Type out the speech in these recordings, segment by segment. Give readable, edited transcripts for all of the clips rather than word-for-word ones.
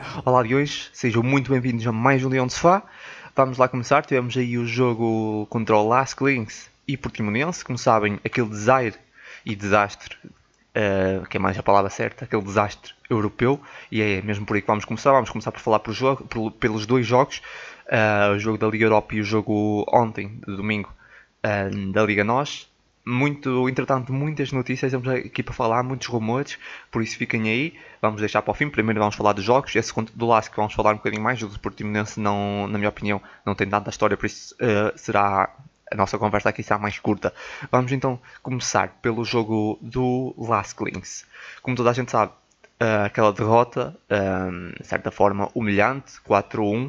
Olá de hoje, sejam muito bem-vindos a mais um Leão de Sofá. Vamos lá começar, tivemos aí o jogo contra o Lask Links e Portimonense. Como sabem, aquele desastre e desastre, que é mais a palavra certa, aquele desastre europeu. E é mesmo por aí que vamos começar por falar pelos dois jogos. O jogo da Liga Europa e o jogo ontem, de domingo, da Liga NOS. Entretanto, muitas notícias, temos aqui para falar, muitos rumores, por isso fiquem aí, vamos deixar para o fim. Primeiro vamos falar dos jogos, esse do Lask vamos falar um bocadinho mais, o do Portimonense não, na minha opinião, não tem nada da história, por isso será, a nossa conversa aqui será mais curta. Vamos então começar pelo jogo do Lask Links. Como toda a gente sabe, aquela derrota, de certa forma humilhante, 4-1,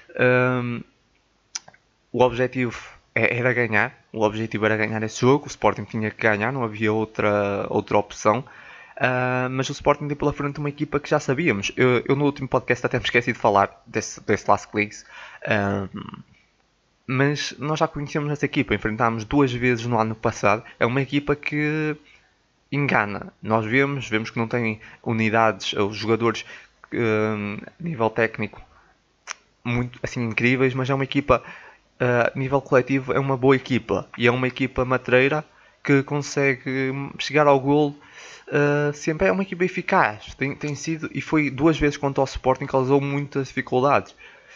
o objetivo era ganhar, o objetivo era ganhar esse jogo, o Sporting tinha que ganhar, não havia outra opção. Mas o Sporting tem pela frente uma equipa que já sabíamos. Eu no último podcast até me esqueci de falar desse Lask Links, mas nós já conhecemos essa equipa, enfrentámos 2 vezes no ano passado. É uma equipa que engana. Nós vemos que não tem unidades, os jogadores a nível técnico muito assim incríveis, mas é uma equipa a nível coletivo, é uma boa equipa e é uma equipa matreira que consegue chegar ao golo. Sempre é uma equipa eficaz, tem sido, e foi 2 vezes contra o Sporting, causou muitas dificuldades.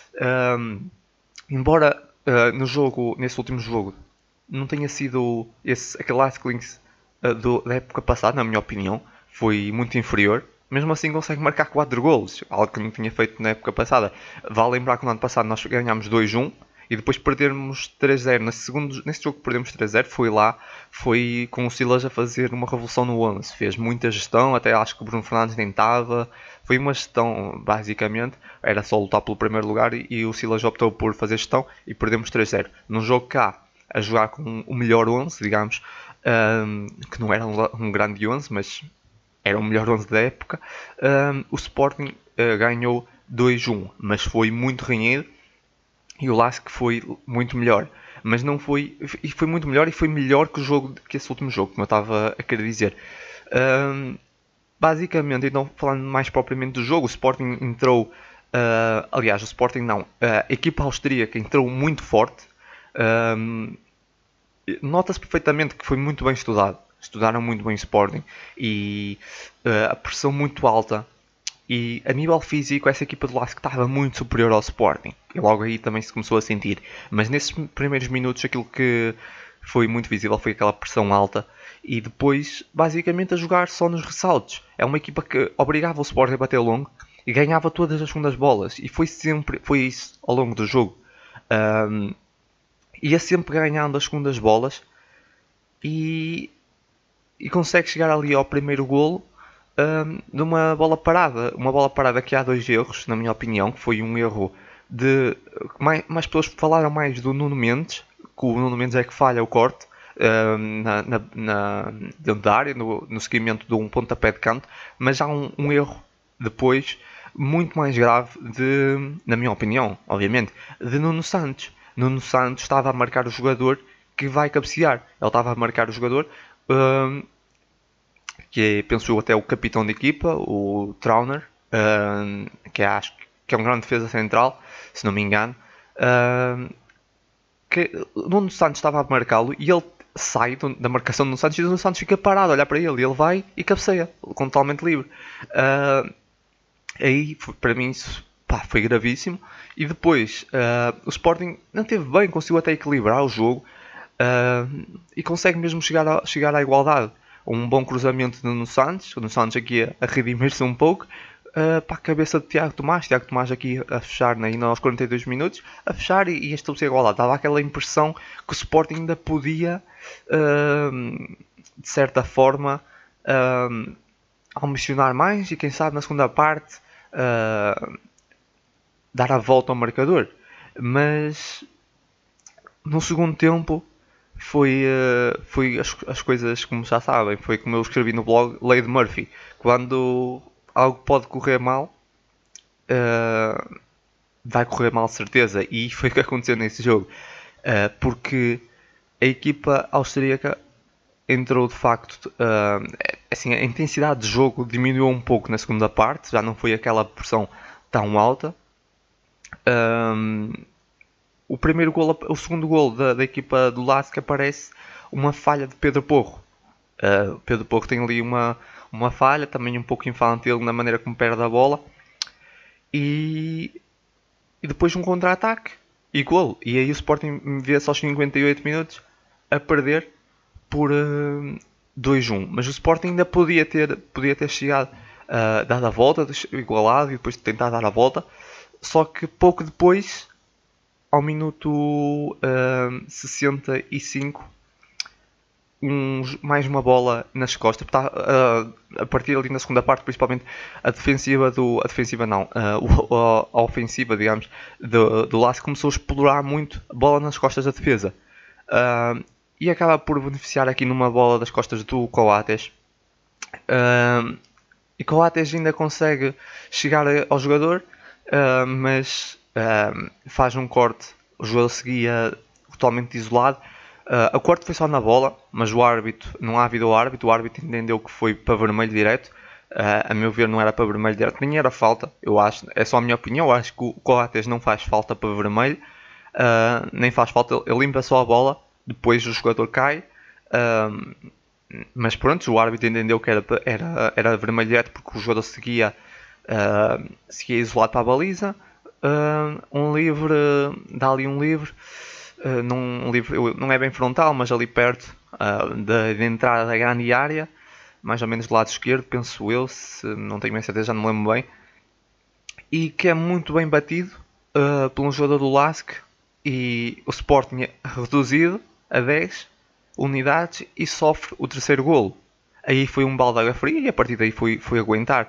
Embora nesse último jogo não tenha sido aquele Lask Links da época passada, na minha opinião, foi muito inferior. Mesmo assim consegue marcar 4 golos, algo que não tinha feito na época passada. Vale lembrar que no ano passado nós ganhámos 2-1 e depois perdermos 3-0. Nesse jogo que perdemos 3-0 foi com o Silas a fazer uma revolução no 11. Fez muita gestão, até acho que o Bruno Fernandes nem estava. Foi uma gestão, basicamente, era só lutar pelo primeiro lugar e o Silas optou por fazer gestão e perdemos 3-0. Num jogo cá, a jogar com o melhor 11, digamos, que não era um grande 11, mas era o melhor 11 da época. O Sporting ganhou 2-1, mas foi muito renhido e o Lask foi muito melhor. Mas não foi, e foi muito melhor, e foi melhor que esse último jogo, como eu estava a querer dizer. Basicamente, então, falando mais propriamente do jogo, o Sporting entrou, aliás, o Sporting não, a equipa austríaca entrou muito forte. Nota-se perfeitamente que foi muito bem estudado. Estudaram muito bem o Sporting e a pressão muito alta. E a nível físico, essa equipa do Lask estava muito superior ao Sporting. E logo aí também se começou a sentir. Mas nesses primeiros minutos, aquilo que foi muito visível foi aquela pressão alta. E depois, basicamente, a jogar só nos ressaltos. É uma equipa que obrigava o Sporting a bater longo e ganhava todas as segundas bolas. E foi isso ao longo do jogo. Ia sempre ganhando as segundas bolas e consegue chegar ali ao primeiro golo numa bola parada. Uma bola parada que há 2 erros, na minha opinião, que foi um erro de... Mais pessoas falaram mais do Nuno Mendes, que o Nuno Mendes é que falha o corte dentro da área, no seguimento de um pontapé de canto, mas há um erro depois muito mais grave na minha opinião, obviamente, de Nuno Santos. Nuno Santos estava a marcar o jogador que vai cabecear. Ele estava a marcar o jogador que é, penso eu, até o capitão da equipa, o Trauner, que acho que é um grande defesa central, se não me engano. Que o Nuno Santos estava a marcá-lo e ele sai da marcação do Nuno Santos e o Nuno Santos fica parado a olhar para ele. E ele vai e cabeceia, totalmente livre. Aí, para mim, isso foi gravíssimo. E depois, o Sporting não teve bem, conseguiu até equilibrar o jogo e consegue mesmo chegar à igualdade. Um bom cruzamento do Nuno Santos, o Nuno Santos aqui a redimir-se um pouco, para a cabeça de Tiago Tomás aqui a fechar ainda aos 42 minutos, a fechar e a estabelecer a igualdade. Dava aquela impressão que o Sporting ainda podia, de certa forma, ambicionar mais e quem sabe na segunda parte dar a volta ao marcador. Mas no segundo tempo foi as coisas como já sabem, foi como eu escrevi no blog, Lei de Murphy. Quando algo pode correr mal, vai correr mal de certeza, e foi o que aconteceu nesse jogo, porque a equipa austríaca entrou de facto, assim, a intensidade de jogo diminuiu um pouco na segunda parte, já não foi aquela pressão tão alta. O primeiro gol, o segundo gol da equipa do LASK aparece uma falha de Pedro Porro. Pedro Porro tem ali uma falha, também um pouco infantil na maneira como perde a bola. E depois um contra-ataque e gol. E aí o Sporting vê-se aos 58 minutos a perder por 2-1. Mas o Sporting ainda podia ter chegado, dado a volta, igualado e depois tentar dar a volta. Só que pouco depois, ao minuto 65, mais uma bola nas costas. A partir ali na segunda parte, principalmente a ofensiva, digamos, do LASK começou a explorar muito a bola nas costas da defesa. E acaba por beneficiar aqui numa bola das costas do Coates. E Coates ainda consegue chegar ao jogador, mas faz um corte. O jogador seguia totalmente isolado. A corte foi só na bola, mas o árbitro, não há havido o árbitro entendeu que foi para vermelho direto. A meu ver não era para vermelho direto, nem era falta, eu acho, é só a minha opinião. Eu acho que o Coates não faz falta para vermelho, nem faz falta, ele limpa só a bola, depois o jogador cai. Mas pronto, o árbitro entendeu que era vermelho direto porque o jogador seguia isolado para a baliza. Um livre, dá ali um livre. Não é bem frontal, mas ali perto da entrada da grande área, mais ou menos do lado esquerdo, penso eu, se não tenho bem certeza, já não me lembro bem, e que é muito bem batido por um jogador do LASK, e o Sporting é reduzido a 10 unidades e sofre o terceiro golo. Aí foi um balde de água fria e a partir daí foi aguentar.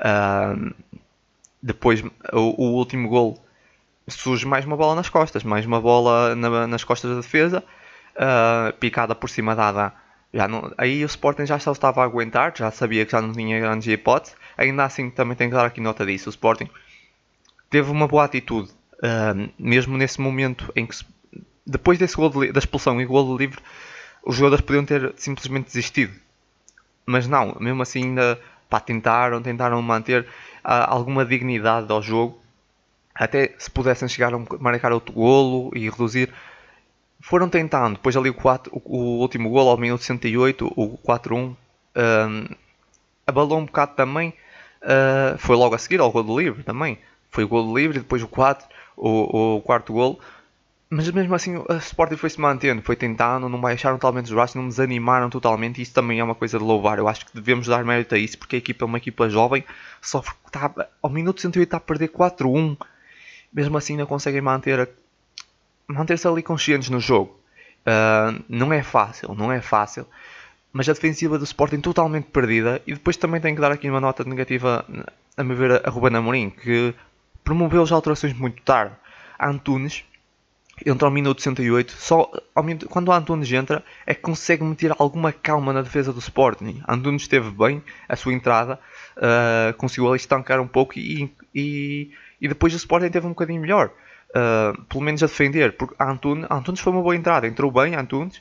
Depois o último golo surge mais uma bola nas costas, mais uma bola nas costas da defesa, picada por cima da Ada. Aí o Sporting já estava a aguentar, já sabia que já não tinha grandes hipóteses. Ainda assim também tenho que dar aqui nota disso. O Sporting teve uma boa atitude, mesmo nesse momento em que, depois desse gol da expulsão e gol livre, os jogadores podiam ter simplesmente desistido. Mas não, mesmo assim ainda tentaram manter alguma dignidade ao jogo. Até se pudessem chegar a marcar outro golo e reduzir, foram tentando. Depois ali o último golo ao minuto 68, o 4-1, abalou um bocado também. Foi logo a seguir ao golo livre também. Foi o golo livre e depois o quarto golo. Mas mesmo assim o Sporting foi-se mantendo, foi tentando, não baixaram totalmente os braços, não desanimaram totalmente, e isso também é uma coisa de louvar. Eu acho que devemos dar mérito a isso, porque a equipa é uma equipa jovem, ao minuto 108 está a perder 4-1, mesmo assim ainda conseguem manter-se ali conscientes no jogo. Não é fácil, mas a defensiva do Sporting totalmente perdida. E depois também tenho que dar aqui uma nota negativa, a meu ver, a Ruben Amorim, que promoveu as alterações muito tarde. Antunes entra ao minuto 108, quando o Antunes entra é que consegue meter alguma calma na defesa do Sporting. Antunes esteve bem, a sua entrada conseguiu ali estancar um pouco e depois o Sporting teve um bocadinho melhor, pelo menos a defender, porque Antunes foi uma boa entrada, entrou bem Antunes,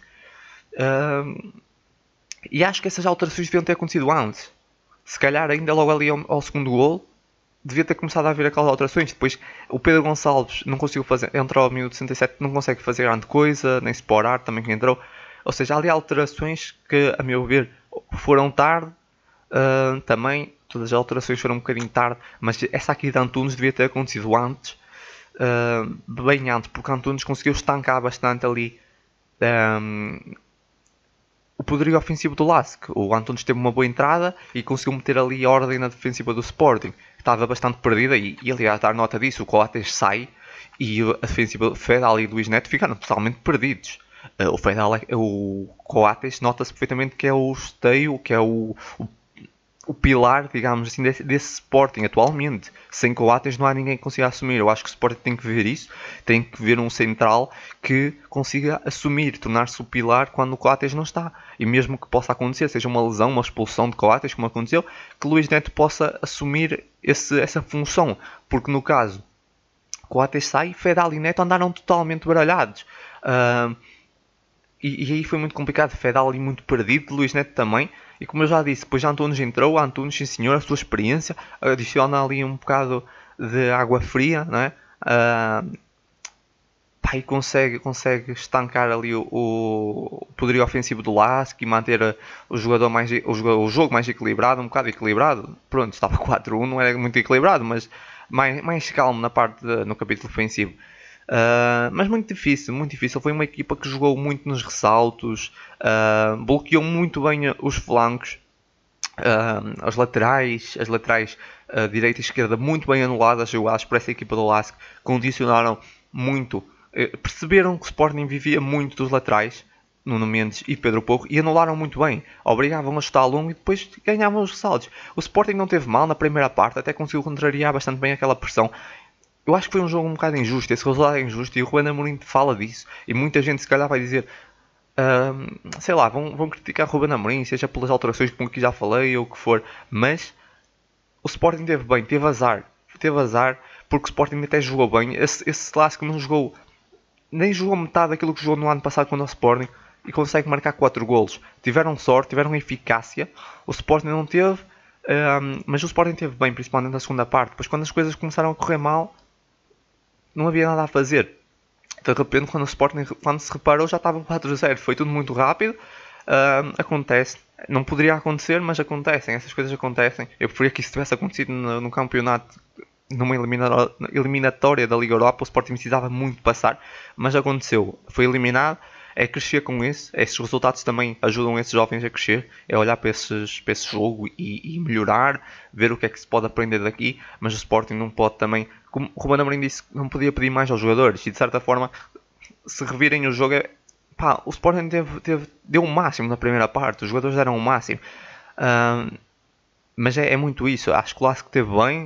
e acho que essas alterações deviam ter acontecido antes. Se calhar ainda logo ali ao segundo gol devia ter começado a haver aquelas alterações. Depois o Pedro Gonçalves não conseguiu fazer, entrou ao minuto 67, não consegue fazer grande coisa, nem Sporar também que entrou. Ou seja, há ali alterações que, a meu ver, foram tarde. Também todas as alterações foram um bocadinho tarde, mas essa aqui de Antunes devia ter acontecido antes, bem antes, porque Antunes conseguiu estancar bastante ali o poderio ofensivo do LASK. O Antunes teve uma boa entrada e conseguiu meter ali ordem na defensiva do Sporting, que estava bastante perdida, e aliás, dar nota disso, o Coates sai e a defensiva Fedal e Luís Neto ficaram totalmente perdidos. O Coates nota-se perfeitamente que é o esteio, que é o pilar, digamos assim, desse Sporting atualmente. Sem Coates não há ninguém que consiga assumir. Eu acho que o Sporting tem que ver isso, tem que ver um central que consiga assumir, tornar-se o pilar quando o Coates não está. E mesmo que possa acontecer, seja uma lesão, uma expulsão de Coates, como aconteceu, que Luís Neto possa assumir essa função. Porque no caso, Coates sai, Fedal e Neto andaram totalmente baralhados. E aí foi muito complicado. Fedal ali muito perdido, Luís Neto também. E como eu já disse, depois Antunes entrou, Antunes, sim senhor, a sua experiência adiciona ali um bocado de água fria, não é? Pá, e consegue estancar ali o poderio ofensivo do Lask e manter o jogo mais equilibrado, um bocado equilibrado. Pronto, estava 4-1, não era muito equilibrado, mas mais calmo no capítulo ofensivo. Mas muito difícil, muito difícil. Foi uma equipa que jogou muito nos ressaltos, bloqueou muito bem os flancos, as laterais direita e esquerda muito bem anuladas, eu acho, por essa equipa do Lask, condicionaram muito. Perceberam que o Sporting vivia muito dos laterais, Nuno Mendes e Pedro Porro, e anularam muito bem. Obrigavam a chutar longo e depois ganhavam os ressaltos. O Sporting não teve mal na primeira parte, até conseguiu contrariar bastante bem aquela pressão. Eu acho que foi um jogo um bocado injusto, esse resultado é injusto, e o Ruben Amorim fala disso. E muita gente se calhar vai dizer, sei lá, vão criticar o Ruben Amorim, seja pelas alterações como que já falei ou o que for, mas o Sporting teve bem, teve azar, porque o Sporting até jogou bem. Esse Lask não jogou, nem jogou metade daquilo que jogou no ano passado contra o Sporting e consegue marcar 4 golos. Tiveram sorte, tiveram eficácia, o Sporting não teve, mas o Sporting teve bem, principalmente na segunda parte. Depois, quando as coisas começaram a correr mal, não havia nada a fazer. De repente, quando o Sporting se reparou, já estava 4-0. Foi tudo muito rápido. Acontece. Não poderia acontecer, mas acontecem. Essas coisas acontecem. Eu preferia que isso tivesse acontecido no campeonato, numa eliminatória da Liga Europa. O Sporting precisava muito passar, mas aconteceu. Foi eliminado. É crescer com isso. Esses resultados também ajudam esses jovens a crescer. É olhar para esse jogo e melhorar, ver o que é que se pode aprender daqui. Mas o Sporting não pode também, como o Ruben Amorim disse, não podia pedir mais aos jogadores. E de certa forma, se revirem o jogo, o Sporting deu o máximo na primeira parte. Os jogadores deram o máximo. Mas é muito isso. Acho que o Lask teve bem,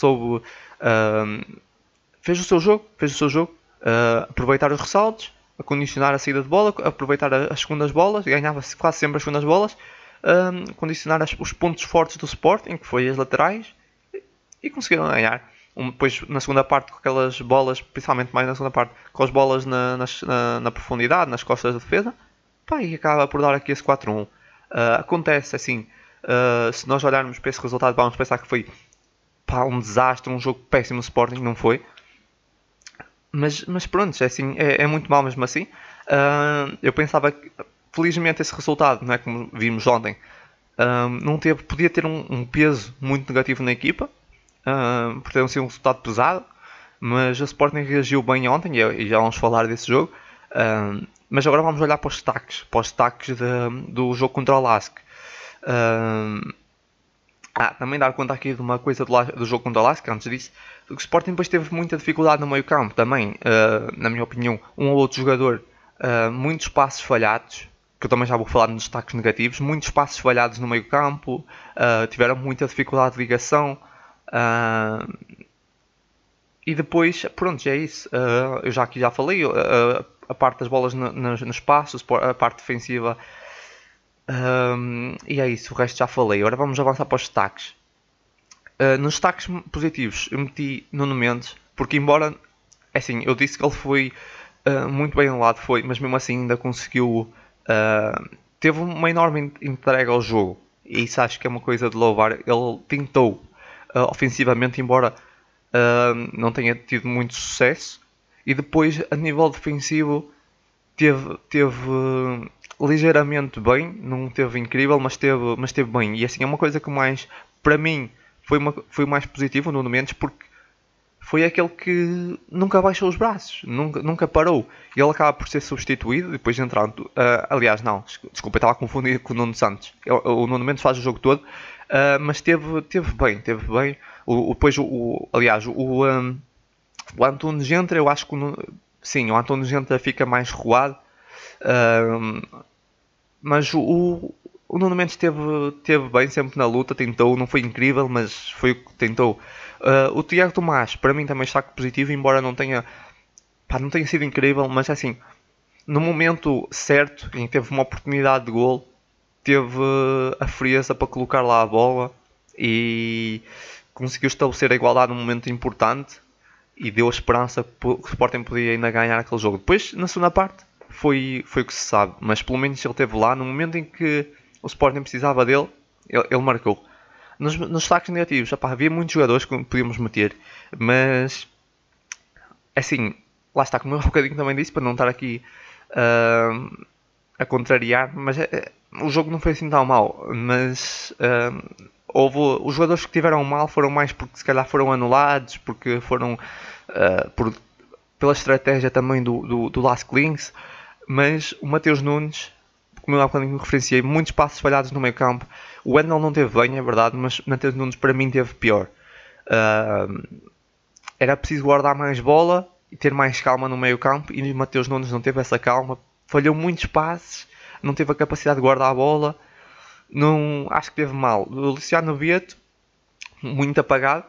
fez o seu jogo, aproveitar os ressaltos, a condicionar a saída de bola, aproveitar as segundas bolas, ganhava-se quase sempre as segundas bolas, condicionar os pontos fortes do Sporting, que foi as laterais, e conseguiram ganhar. Depois, na segunda parte, com aquelas bolas, principalmente mais na segunda parte, com as bolas na profundidade, nas costas da defesa, e acaba por dar aqui esse 4-1. Acontece assim, se nós olharmos para esse resultado, vamos pensar que foi um desastre, um jogo péssimo do Sporting, não foi. Mas pronto, assim, é muito mal mesmo assim. Eu pensava que, felizmente, esse resultado, não é como vimos ontem, podia ter um peso muito negativo na equipa, por ter sido um resultado pesado, mas o Sporting reagiu bem ontem e já vamos falar desse jogo. Mas agora vamos olhar para os destaques do jogo contra o Lask. Também dar conta aqui de uma coisa do jogo contra o Lask, antes disso, que o Sporting depois teve muita dificuldade no meio campo também, na minha opinião, um ou outro jogador, muitos passos falhados, que eu também já vou falar nos destaques negativos, muitos passos falhados no meio campo, tiveram muita dificuldade de ligação, e depois, pronto, é isso, eu já falei, a parte das bolas nos espaços, a parte defensiva. E é isso, o resto já falei. Agora vamos avançar para os destaques. Nos destaques positivos eu meti Nuno Mendes, porque embora, assim, eu disse que ele foi muito bem anulado, mas mesmo assim ainda conseguiu, teve uma enorme entrega ao jogo, e isso acho que é uma coisa de louvar. Ele tentou ofensivamente, embora não tenha tido muito sucesso, e depois a nível defensivo teve ligeiramente bem, não teve incrível, mas teve bem. E assim é uma coisa que mais, para mim, foi mais positivo no Nuno Mendes, porque foi aquele que nunca baixou os braços, nunca parou. E ele acaba por ser substituído, depois de entrar. Aliás, não, desculpa, eu estava a confundir com o Nuno Santos. O Nuno Mendes faz o jogo todo, mas teve bem. Aliás, o Antunes entra, eu acho que sim, o Antunes entra, fica mais recuado. Mas o Nuno Mendes teve bem sempre na luta, tentou, não foi incrível, mas foi o que tentou. O Tiago Tomás, para mim também está positivo, embora não tenha sido incrível, mas assim, no momento certo, em que teve uma oportunidade de gol, teve a frieza para colocar lá a bola e conseguiu estabelecer a igualdade num momento importante e deu a esperança que o Sporting podia ainda ganhar aquele jogo. Depois, na segunda parte, foi o que se sabe, mas pelo menos ele esteve lá no momento em que o Sporting precisava dele, ele marcou. Nos destaques negativos, opá, havia muitos jogadores que podíamos meter, mas assim, lá está, como eu há bocadinho também disse, para não estar aqui a contrariar, mas o jogo não foi assim tão mau, mas houve os jogadores que tiveram mal foram mais porque se calhar foram anulados, porque foram pela estratégia também do Las Klings, mas o Mateus Nunes, como eu há bocadinho referenciei, muitos passos falhados no meio campo. O Wendel não teve bem, é verdade, mas o Mateus Nunes para mim teve pior. Era preciso guardar mais bola e ter mais calma no meio campo, e o Mateus Nunes não teve essa calma, falhou muitos passes, não teve a capacidade de guardar a bola, não, acho que teve mal. O Luciano Vieto, muito apagado,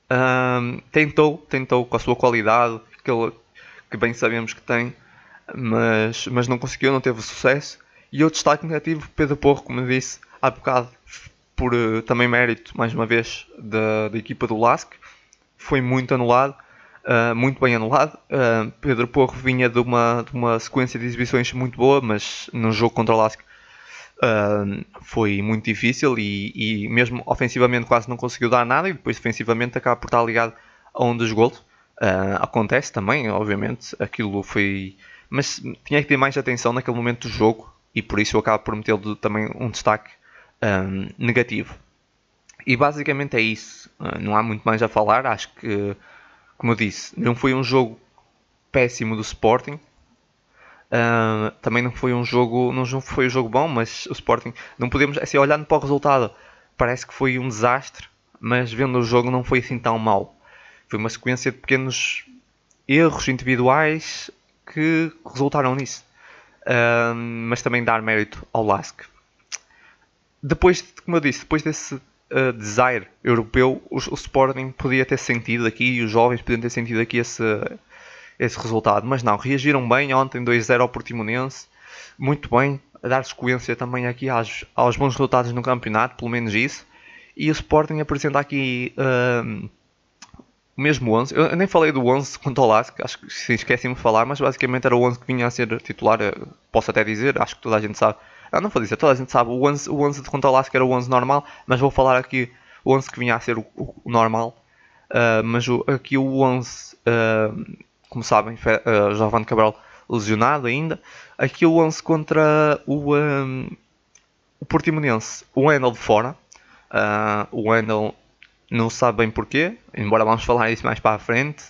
tentou com a sua qualidade, que bem sabemos que tem, mas não conseguiu, não teve sucesso. E o destaque negativo, Pedro Porro, como eu disse há bocado, por também mérito, mais uma vez, da equipa do LASK, foi muito anulado, muito bem anulado. Pedro Porro vinha de uma sequência de exibições muito boa, mas no jogo contra o LASK foi muito difícil e mesmo ofensivamente quase não conseguiu dar nada, e depois defensivamente acaba por estar ligado a um dos golos. Acontece também, obviamente, aquilo foi... Mas tinha que ter mais atenção naquele momento do jogo, e por isso eu acabo por meter também um destaque negativo. E basicamente é isso. Não há muito mais a falar. Acho que, como eu disse, não foi um jogo péssimo do Sporting. Também não foi um jogo bom, mas o Sporting não podemos, assim, olhando para o resultado, parece que foi um desastre, mas vendo o jogo não foi assim tão mau. Foi uma sequência de pequenos erros individuais que resultaram nisso. Mas também dar mérito ao LASK. Depois, como eu disse, depois desse desire europeu, o Sporting podia ter sentido aqui, e os jovens podiam ter sentido aqui esse resultado, mas não, reagiram bem ontem 2-0 ao Portimonense, muito bem, a dar sequência também aqui aos bons resultados no campeonato, pelo menos isso, e o Sporting apresenta aqui o mesmo 11. Eu nem falei do 11 contra o LASK, acho que se esqueci-me de falar, mas basicamente era o 11 que vinha a ser titular, posso até dizer, acho que toda a gente sabe. Não vou dizer, toda a gente sabe, o 11 de contra o LASK era o 11 normal, mas vou falar aqui o 11 que vinha a ser o normal. Mas aqui o 11, como sabem, Jovem Cabral lesionado ainda. Aqui o 11 contra o Portimonense, o Wendel de fora. O Wendel não sabe bem porquê, embora vamos falar isso mais para a frente.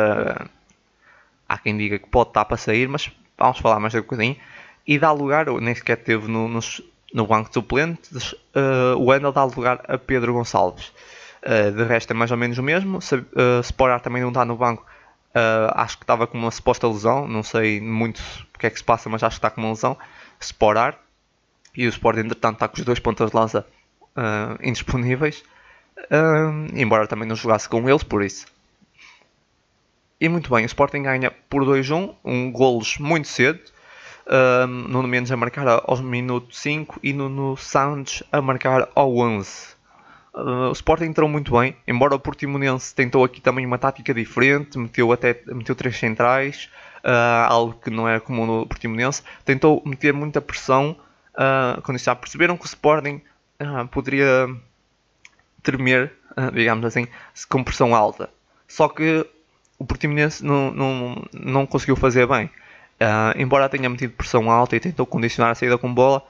Há quem diga que pode estar para sair, mas vamos falar mais um bocadinho. E dá lugar, nem sequer teve no banco de suplentes, o Wendel dá lugar a Pedro Gonçalves. De resto é mais ou menos o mesmo. Sporar também não está no banco, acho que estava com uma suposta lesão, não sei muito o que é que se passa, mas acho que está com uma lesão. Sporar, e o Sport entretanto está com os dois pontas de lança indisponíveis, embora também não jogasse com eles, por isso. E muito bem, o Sporting ganha por 2-1, golos muito cedo. Nuno Mendes a marcar aos minutos 5 e Nuno Santos a marcar ao 11. O Sporting entrou muito bem, embora o Portimonense tentou aqui também uma tática diferente, meteu 3 centrais, algo que não é comum no Portimonense, tentou meter muita pressão, quando já perceberam que o Sporting poderia tremer, digamos assim, com pressão alta. Só que o Portimonense não conseguiu fazer bem. Embora tenha metido pressão alta e tentou condicionar a saída com bola,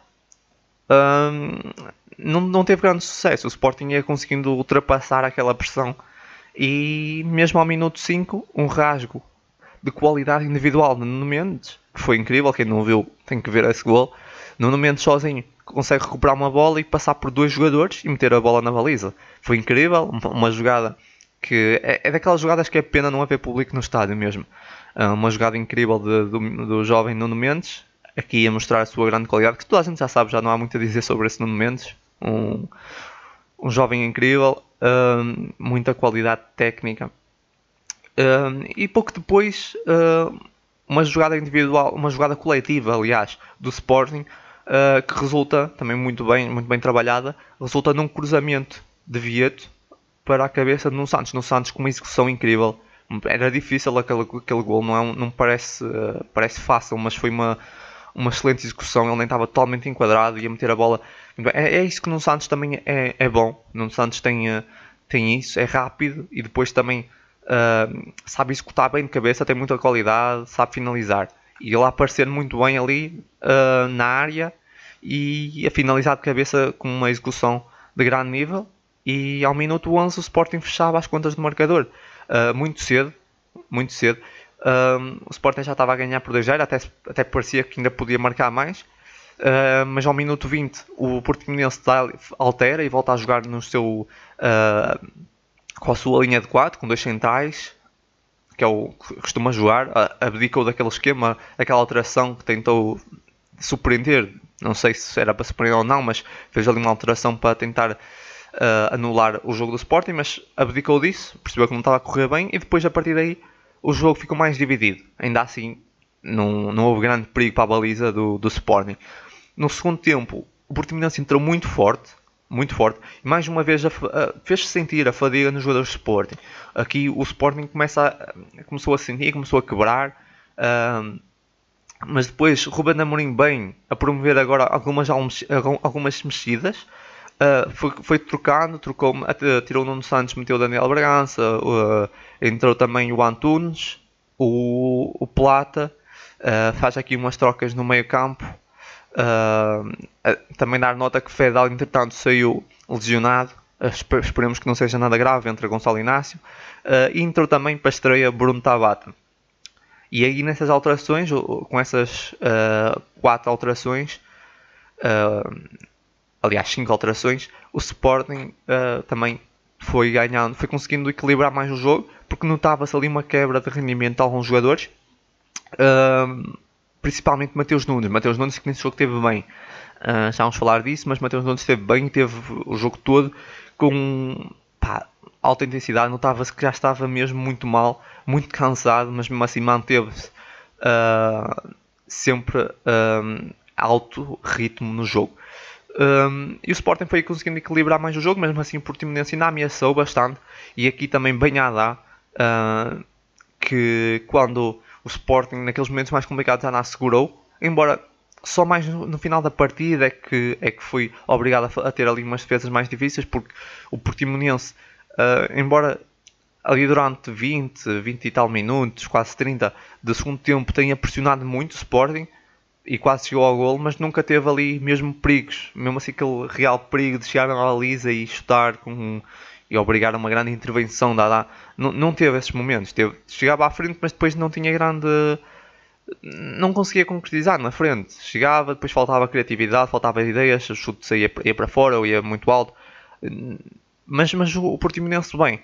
não teve grande sucesso. O Sporting ia conseguindo ultrapassar aquela pressão, e mesmo ao minuto 5, um rasgo de qualidade individual de Nuno Mendes, que foi incrível. Quem não viu tem que ver esse gol. Nuno Mendes sozinho consegue recuperar uma bola e passar por dois jogadores e meter a bola na baliza. Foi incrível, uma jogada que é daquelas jogadas que é pena não haver público no estádio mesmo. Uma jogada incrível do jovem Nuno Mendes, aqui a mostrar a sua grande qualidade, que toda a gente já sabe, já não há muito a dizer sobre esse Nuno Mendes. Um jovem incrível, muita qualidade técnica. E pouco depois, uma jogada individual, uma jogada coletiva, aliás, do Sporting, que resulta também muito bem trabalhada, resulta num cruzamento de Vieto para a cabeça de Nuno Santos. Nuno Santos com uma execução incrível. Era difícil aquele gol, não parece fácil, mas foi uma excelente execução. Ele nem estava totalmente enquadrado, ia meter a bola É isso que no Santos também é bom. No Santos tem isso, é rápido e depois também sabe executar bem de cabeça, tem muita qualidade, sabe finalizar. E ele a aparecer muito bem ali na área e a finalizar de cabeça com uma execução de grande nível. E ao minuto 11 o Sporting fechava as contas do marcador. Muito cedo, muito cedo. O Sporting já estava a ganhar por 2-0, até parecia que ainda podia marcar mais. Mas ao minuto 20 o Portimonense altera e volta a jogar no seu, com a sua linha de 4, com 2 centrais, que é o que costuma jogar. Abdicou daquele esquema, aquela alteração que tentou surpreender, não sei se era para surpreender ou não, mas fez ali uma alteração para tentar anular o jogo do Sporting, mas abdicou disso, percebeu que não estava a correr bem e depois a partir daí o jogo ficou mais dividido. Ainda assim não houve grande perigo para a baliza do Sporting. No segundo tempo o Portimonense entrou muito forte, e mais uma vez fez-se sentir a fadiga nos jogadores do Sporting. Aqui o Sporting começou a sentir, começou a quebrar, mas depois Ruben Amorim bem a promover agora algumas mexidas. Foi trocando, tirou o Nuno Santos, meteu o Daniel Bragança, entrou também o Antunes, o Plata, faz aqui umas trocas no meio campo. Também dar nota que Fedal entretanto saiu lesionado, esperemos que não seja nada grave, entra Gonçalo Inácio, e entrou também para a estreia Bruno Tabata. E aí nessas alterações, com essas 4 alterações, aliás 5 alterações, o Sporting também foi conseguindo equilibrar mais o jogo, porque notava-se ali uma quebra de rendimento de alguns jogadores, principalmente Mateus Nunes que nesse jogo esteve bem. Já vamos falar disso, mas Mateus Nunes esteve bem, teve o jogo todo com alta intensidade, notava-se que já estava mesmo muito mal, muito cansado, mas mesmo assim manteve-se sempre alto ritmo no jogo. E o Sporting foi conseguindo equilibrar mais o jogo, mesmo assim o Portimonense ainda ameaçou bastante, e aqui também bem a dar que quando o Sporting naqueles momentos mais complicados já não assegurou, embora só mais no final da partida é que foi obrigado a ter ali umas defesas mais difíceis, porque o Portimonense, embora ali durante 20 e tal minutos, quase 30 do segundo tempo tenha pressionado muito o Sporting e quase chegou ao golo, mas nunca teve ali mesmo perigos, mesmo assim aquele real perigo de chegar na baliza e chutar e obrigar a uma grande intervenção não teve esses momentos. Chegava à frente, mas depois não tinha não conseguia concretizar na frente. Chegava, depois faltava criatividade, faltava ideias, o chute ia para fora ou ia muito alto. Mas o Portimonense bem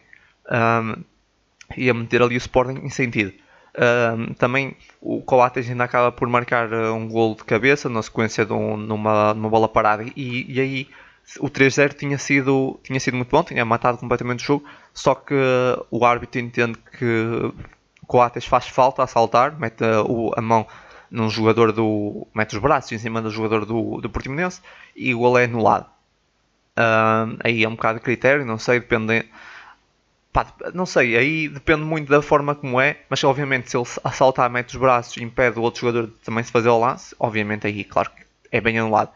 ia meter ali o Sporting em sentido. Também o Coates ainda acaba por marcar um golo de cabeça na sequência de numa bola parada, e aí o 3-0 tinha sido muito bom, tinha matado completamente o jogo, só que o árbitro entende que o Coates faz falta a saltar, mete a mão num jogador mete os braços em cima do jogador do Portimonense e o golo é anulado. Aí é um bocado de critério, não sei, não sei, aí depende muito da forma como é, mas obviamente se ele assaltar, mete os braços e impede o outro jogador de também se fazer o lance, obviamente aí claro que é bem anulado.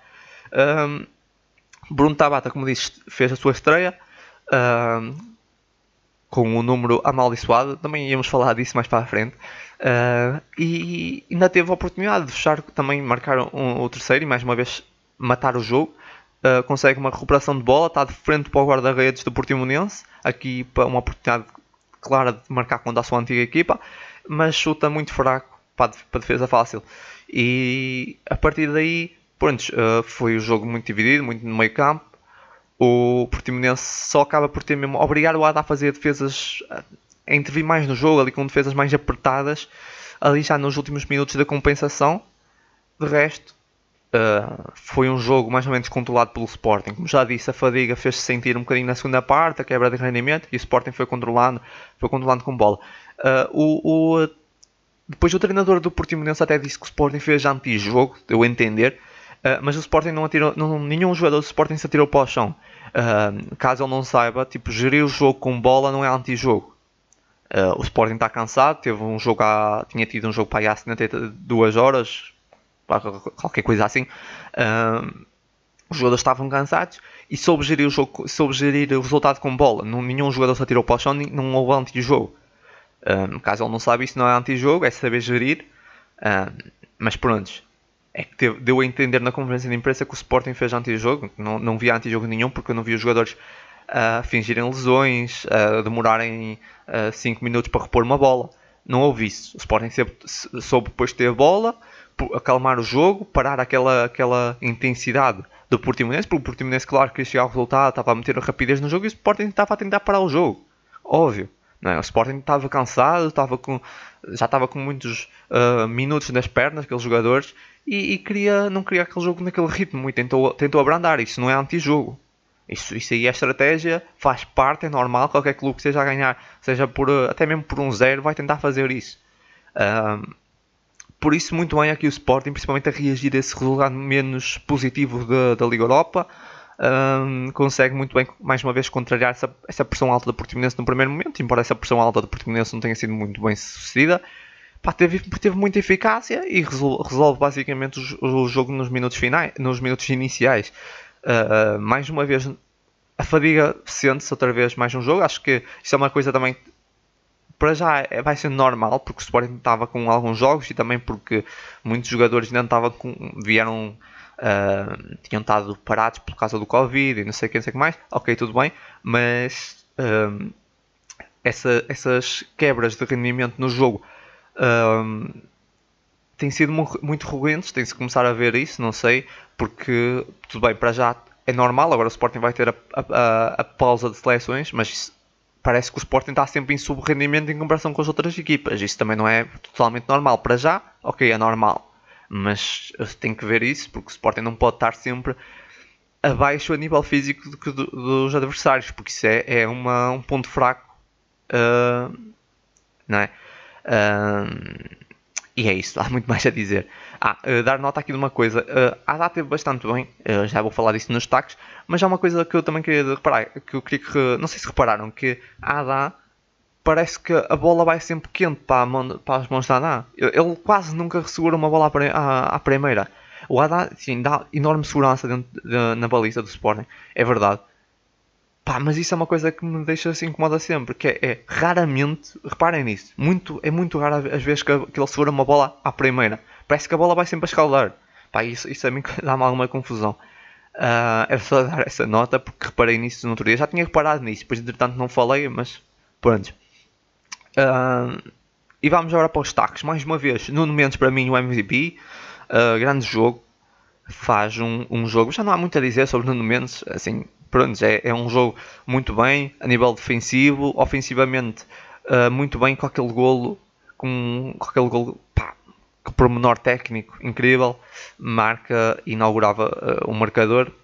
Bruno Tabata, como disse, fez a sua estreia com o número amaldiçoado, também íamos falar disso mais para a frente, e ainda teve a oportunidade de fechar, também marcar o terceiro e mais uma vez matar o jogo. Consegue uma recuperação de bola, está de frente para o guarda-redes do Portimonense, aqui para uma oportunidade clara de marcar contra a sua antiga equipa, mas chuta muito fraco para a defesa fácil. E a partir daí, pronto, foi o jogo muito dividido, muito no meio campo. O Portimonense só acaba por ter mesmo obrigar o Ada a fazer defesas, a intervir mais no jogo, ali com defesas mais apertadas, ali já nos últimos minutos da compensação. De resto, foi um jogo mais ou menos controlado pelo Sporting. Como já disse, a fadiga fez-se sentir um bocadinho na segunda parte, a quebra de rendimento, e o Sporting foi controlando com bola. Depois o treinador do Portimonense até disse que o Sporting fez anti-jogo, deu a entender, mas o Sporting não atirou, nenhum jogador do Sporting se atirou para o chão. Caso ele não saiba, gerir o jogo com bola não é anti-jogo. O Sporting está cansado, tinha tido um jogo para aí há 72 horas, qualquer coisa assim. Os jogadores estavam cansados e soube gerir o jogo, soube gerir o resultado com bola. Nenhum jogador se atirou para o chão, não houve anti-jogo. Caso ele não sabe, isso não é anti-jogo, é saber gerir. Mas pronto, é que deu a entender na conferência de imprensa que o Sporting fez anti-jogo. Não vi anti-jogo nenhum, porque eu não vi os jogadores a fingirem lesões, a demorarem 5 minutos para repor uma bola. Não houve isso. O Sporting soube depois ter a bola, acalmar o jogo, parar aquela intensidade do Portimonense, porque o Portimonense, claro, queria chegar ao resultado, estava a meter rapidez no jogo e o Sporting estava a tentar parar o jogo. Óbvio. Não é? O Sporting estava cansado, já estava com muitos minutos nas pernas, aqueles jogadores, e não queria aquele jogo naquele ritmo e tentou abrandar. Isso não é anti-jogo. Isso aí é estratégia, faz parte, é normal. Qualquer clube que esteja a ganhar, seja até mesmo por 1-0, vai tentar fazer isso. Por isso, muito bem aqui o Sporting, principalmente a reagir a esse resultado menos positivo da Liga Europa. Consegue muito bem, mais uma vez, contrariar essa pressão alta do Portimonense no primeiro momento, embora essa pressão alta do Portimonense não tenha sido muito bem sucedida. Teve muita eficácia e resolve basicamente o jogo nos minutos iniciais. Mais uma vez, a fadiga sente-se outra vez mais um jogo. Acho que isso é uma coisa também, para já vai ser normal, porque o Sporting estava com alguns jogos e também porque muitos jogadores ainda tinham estado parados por causa do Covid e não sei o que mais. Ok, tudo bem, mas essas quebras de rendimento no jogo têm sido muito recorrentes. Tem-se começar a ver isso, não sei, porque tudo bem, para já é normal. Agora o Sporting vai ter a pausa de seleções, mas isso, parece que o Sporting está sempre em sub-rendimento em comparação com as outras equipas. Isso também não é totalmente normal. Para já, ok, é normal, mas eu tenho que ver isso, porque o Sporting não pode estar sempre abaixo a nível físico dos adversários, porque isso é um ponto fraco, não é? E é isso, há muito mais a dizer. Dar nota aqui de uma coisa. A ADA teve bastante bem, já vou falar disso nos destaques, mas há uma coisa que eu também queria reparar, que eu queria que, não sei se repararam, que a ADA parece que a bola vai sempre quente para as mãos da ADA. Ele quase nunca segura uma bola à primeira. O ADA, sim, dá enorme segurança na baliza do Sporting, é verdade. Mas isso é uma coisa que me deixa assim, incomoda sempre, que é raramente, reparem nisso, é muito raro as vezes que ele segura uma bola à primeira. Parece que a bola vai sempre a escaldar. Isso a mim dá-me alguma confusão. É só dar essa nota, porque reparei nisso no outro dia. Já tinha reparado nisso, depois entretanto não falei, mas pronto. E vamos agora para os destaques. Mais uma vez, Nuno Mendes para mim o MVP. Grande jogo. Faz um jogo, já não há muito a dizer sobre Nuno Mendes, assim, pronto, é um jogo muito bem, a nível defensivo, ofensivamente, muito bem, com aquele golo, que pormenor técnico incrível, inaugurava o marcador.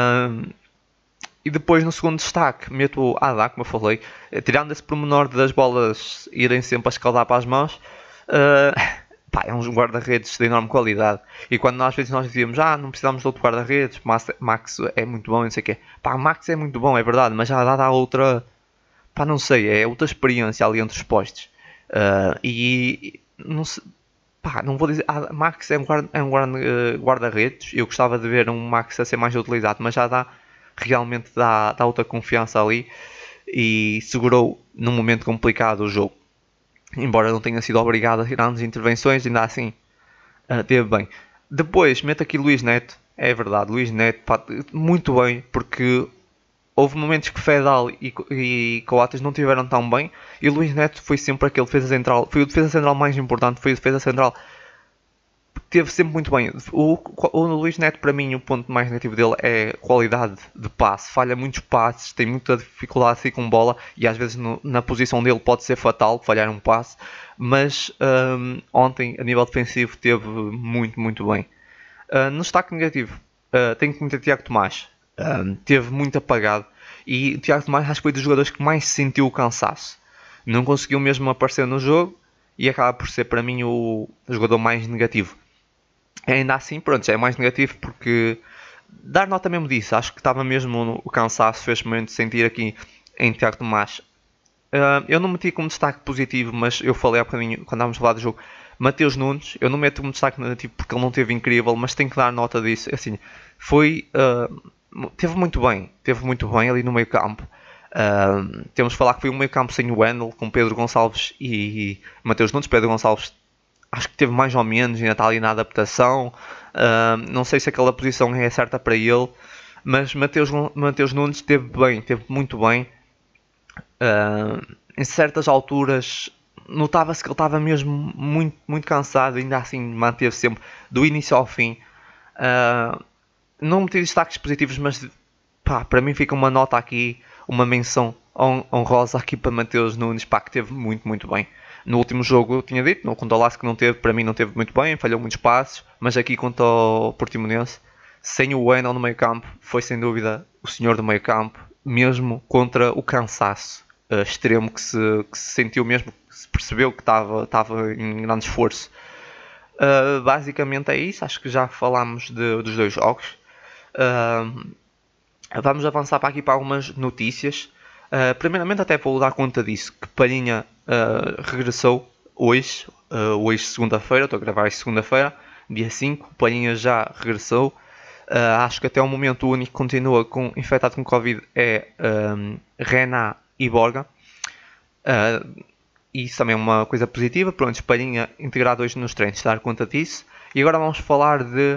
E depois no segundo destaque meto o Adá, como eu falei, tirando esse pormenor das bolas irem sempre a escaldar para as mãos. É um guarda-redes de enorme qualidade. E quando às vezes nós dizíamos, não precisamos de outro guarda-redes, Max é muito bom, não sei o quê. Max é muito bom, é verdade, mas já dá outra, não sei, é outra experiência ali entre os postos. E não sei, não vou dizer, Max é um guarda-redes. Eu gostava de ver um Max a ser mais utilizado, mas já realmente dá outra confiança ali e segurou num momento complicado o jogo. Embora não tenha sido obrigado a grandes intervenções, ainda assim teve bem. Depois meto aqui Luís Neto. É verdade, Luís Neto muito bem, porque houve momentos que Fedal e Coates não tiveram tão bem, e o Luís Neto foi sempre aquele defesa central, foi o defesa central mais importante, foi o defesa central, teve sempre muito bem. O Luís Neto, para mim, o ponto mais negativo dele é qualidade de passe. Falha muitos passes, tem muita dificuldade assim com bola, e às vezes na posição dele pode ser fatal falhar um passe. Mas ontem, a nível defensivo, teve muito, muito bem. No destaque negativo, tenho que meter Tiago Tomás. Teve muito apagado, e o Tiago Tomás acho que foi dos jogadores que mais sentiu o cansaço. Não conseguiu mesmo aparecer no jogo, e acaba por ser, para mim, o jogador mais negativo. Ainda assim, pronto, já é mais negativo, porque dar nota mesmo disso, acho que estava mesmo o cansaço, fez-me sentir aqui em Tiago Tomás Eu não meti como destaque positivo, mas eu falei há bocadinho, quando estávamos a falar do jogo, Mateus Nunes, eu não meto como destaque negativo porque ele não teve incrível, mas tenho que dar nota disso. Assim, foi. Teve muito bem ali no meio campo. Temos de falar que foi um meio campo sem o Wendel, com Pedro Gonçalves e Mateus Nunes. Pedro Gonçalves acho que teve mais ou menos, ainda está ali na adaptação. Não sei se aquela posição é certa para ele, mas Mateus Nunes esteve bem, esteve muito bem. Em certas alturas notava-se que ele estava mesmo muito, muito cansado, ainda assim manteve sempre do início ao fim. Não meti destaques positivos, mas pá, para mim fica uma nota aqui, uma menção honrosa aqui para Mateus Nunes, pá, que teve muito, muito bem. No último jogo eu tinha dito, contra o Lask que não teve, para mim não teve muito bem, falhou muitos passos, mas aqui contra o Portimonense, sem o Wendel no meio campo, foi sem dúvida o senhor do meio campo, mesmo contra o cansaço extremo que se sentiu mesmo, que se percebeu que estava em grande esforço. Basicamente é isso, acho que já falámos dos dois jogos. Vamos avançar para aqui para algumas notícias. Primeiramente até vou dar conta disso, que Palhinha regressou hoje, segunda-feira, estou a gravar isto segunda-feira, dia 5, Palhinha já regressou. Acho que até o momento o único que continua infectado com Covid é Renan e Borga. Isso também é uma coisa positiva. Pronto, Palhinha integrado hoje nos treinos, dar conta disso. E agora vamos falar de...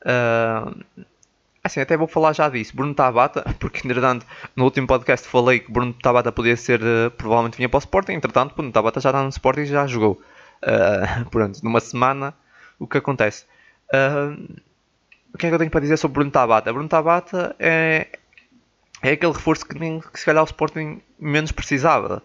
assim, até vou falar já disso. Bruno Tabata, porque entretanto no último podcast falei que Bruno Tabata podia ser... provavelmente vinha para o Sporting. Entretanto, Bruno Tabata já está no Sporting e já jogou. Pronto, numa semana o que acontece? O que é que eu tenho para dizer sobre Bruno Tabata? Bruno Tabata é aquele reforço que se calhar o Sporting menos precisava.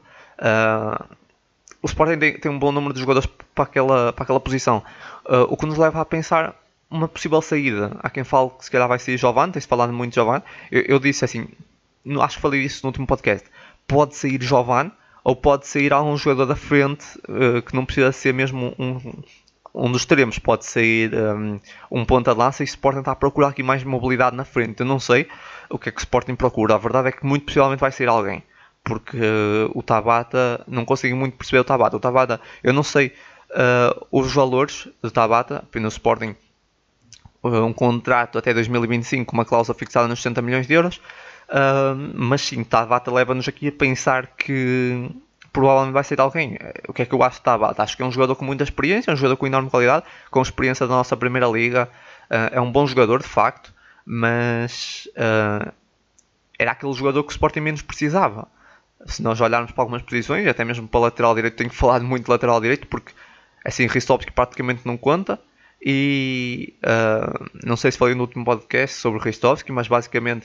O Sporting tem um bom número de jogadores para aquela posição. O que nos leva a pensar uma possível saída. Há quem fale que se calhar vai sair Jovane, tem-se falado muito de Jovane. Eu disse assim, acho que falei isso no último podcast. Pode sair Jovane ou pode sair algum jogador da frente que não precisa ser mesmo um dos extremos, pode sair um ponta de lança e o Sporting está a procurar aqui mais mobilidade na frente. Eu não sei o que é que o Sporting procura. A verdade é que muito possivelmente vai sair alguém, porque o Tabata, não consigo muito perceber o Tabata. O Tabata, eu não sei os valores do Tabata, no Sporting um contrato até 2025 com uma cláusula fixada nos 60 milhões de euros, mas sim, Tabata leva-nos aqui a pensar que provavelmente vai ser alguém. O que é que eu acho de Tabata? Acho que é um jogador com muita experiência, é um jogador com enorme qualidade, com experiência da nossa primeira liga, é um bom jogador de facto, mas era aquele jogador que o Sporting menos precisava. Se nós olharmos para algumas posições, até mesmo para o lateral direito, tenho falado muito de lateral direito, porque assim, Ristovski praticamente não conta, e não sei se falei no último podcast sobre o Ristovski, mas basicamente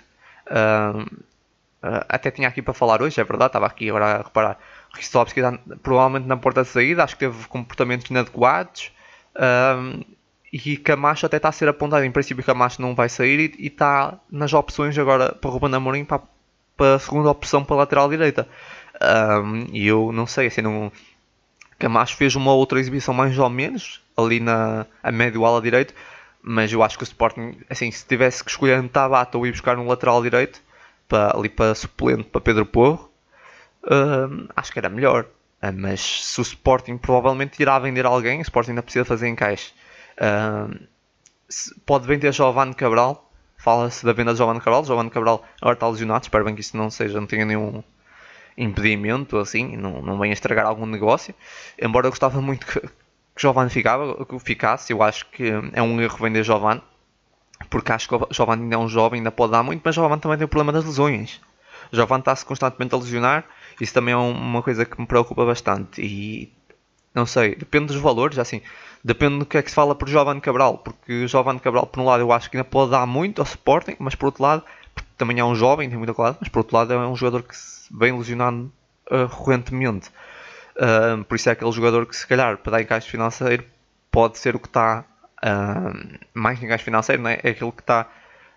até tinha aqui para falar hoje, é verdade, estava aqui agora a reparar. Ristovski está provavelmente na porta de saída, acho que teve comportamentos inadequados, e Camacho até está a ser apontado. Em princípio Camacho não vai sair e está nas opções agora para Ruben Amorim para a segunda opção para a lateral direita. E eu não sei, assim, não... Camacho fez uma outra exibição mais ou menos ali a médio ala direito, mas eu acho que o Sporting, assim, se tivesse que escolher um Tabata ou ir buscar um lateral direito ali para suplente para Pedro Porro, acho que era melhor. Mas se o Sporting provavelmente irá vender alguém, o Sporting ainda precisa fazer encaixe. Pode vender Giovanni Cabral, fala-se da venda de Giovanni Cabral agora está lesionado, espero bem que isso não tenha nenhum impedimento assim, não venha estragar algum negócio, embora eu gostava muito que Giovanni ficasse. Eu acho que é um erro vender Giovanni, porque acho que o Giovanni ainda é um jovem, ainda pode dar muito, mas o Giovanni também tem o problema das lesões. O Giovanni está-se constantemente a lesionar, isso também é uma coisa que me preocupa bastante, e não sei, depende dos valores, assim, depende do que é que se fala por Giovanni Cabral, porque o Giovanni Cabral, por um lado, eu acho que ainda pode dar muito ao Sporting, mas por outro lado, também é um jovem, tem muita qualidade, mas por outro lado é um jogador que se vem lesionando recorrentemente. Por isso é aquele jogador que, se calhar, para dar encaixe financeiro, pode ser o que está mais encaixe financeiro, não é? É aquele que está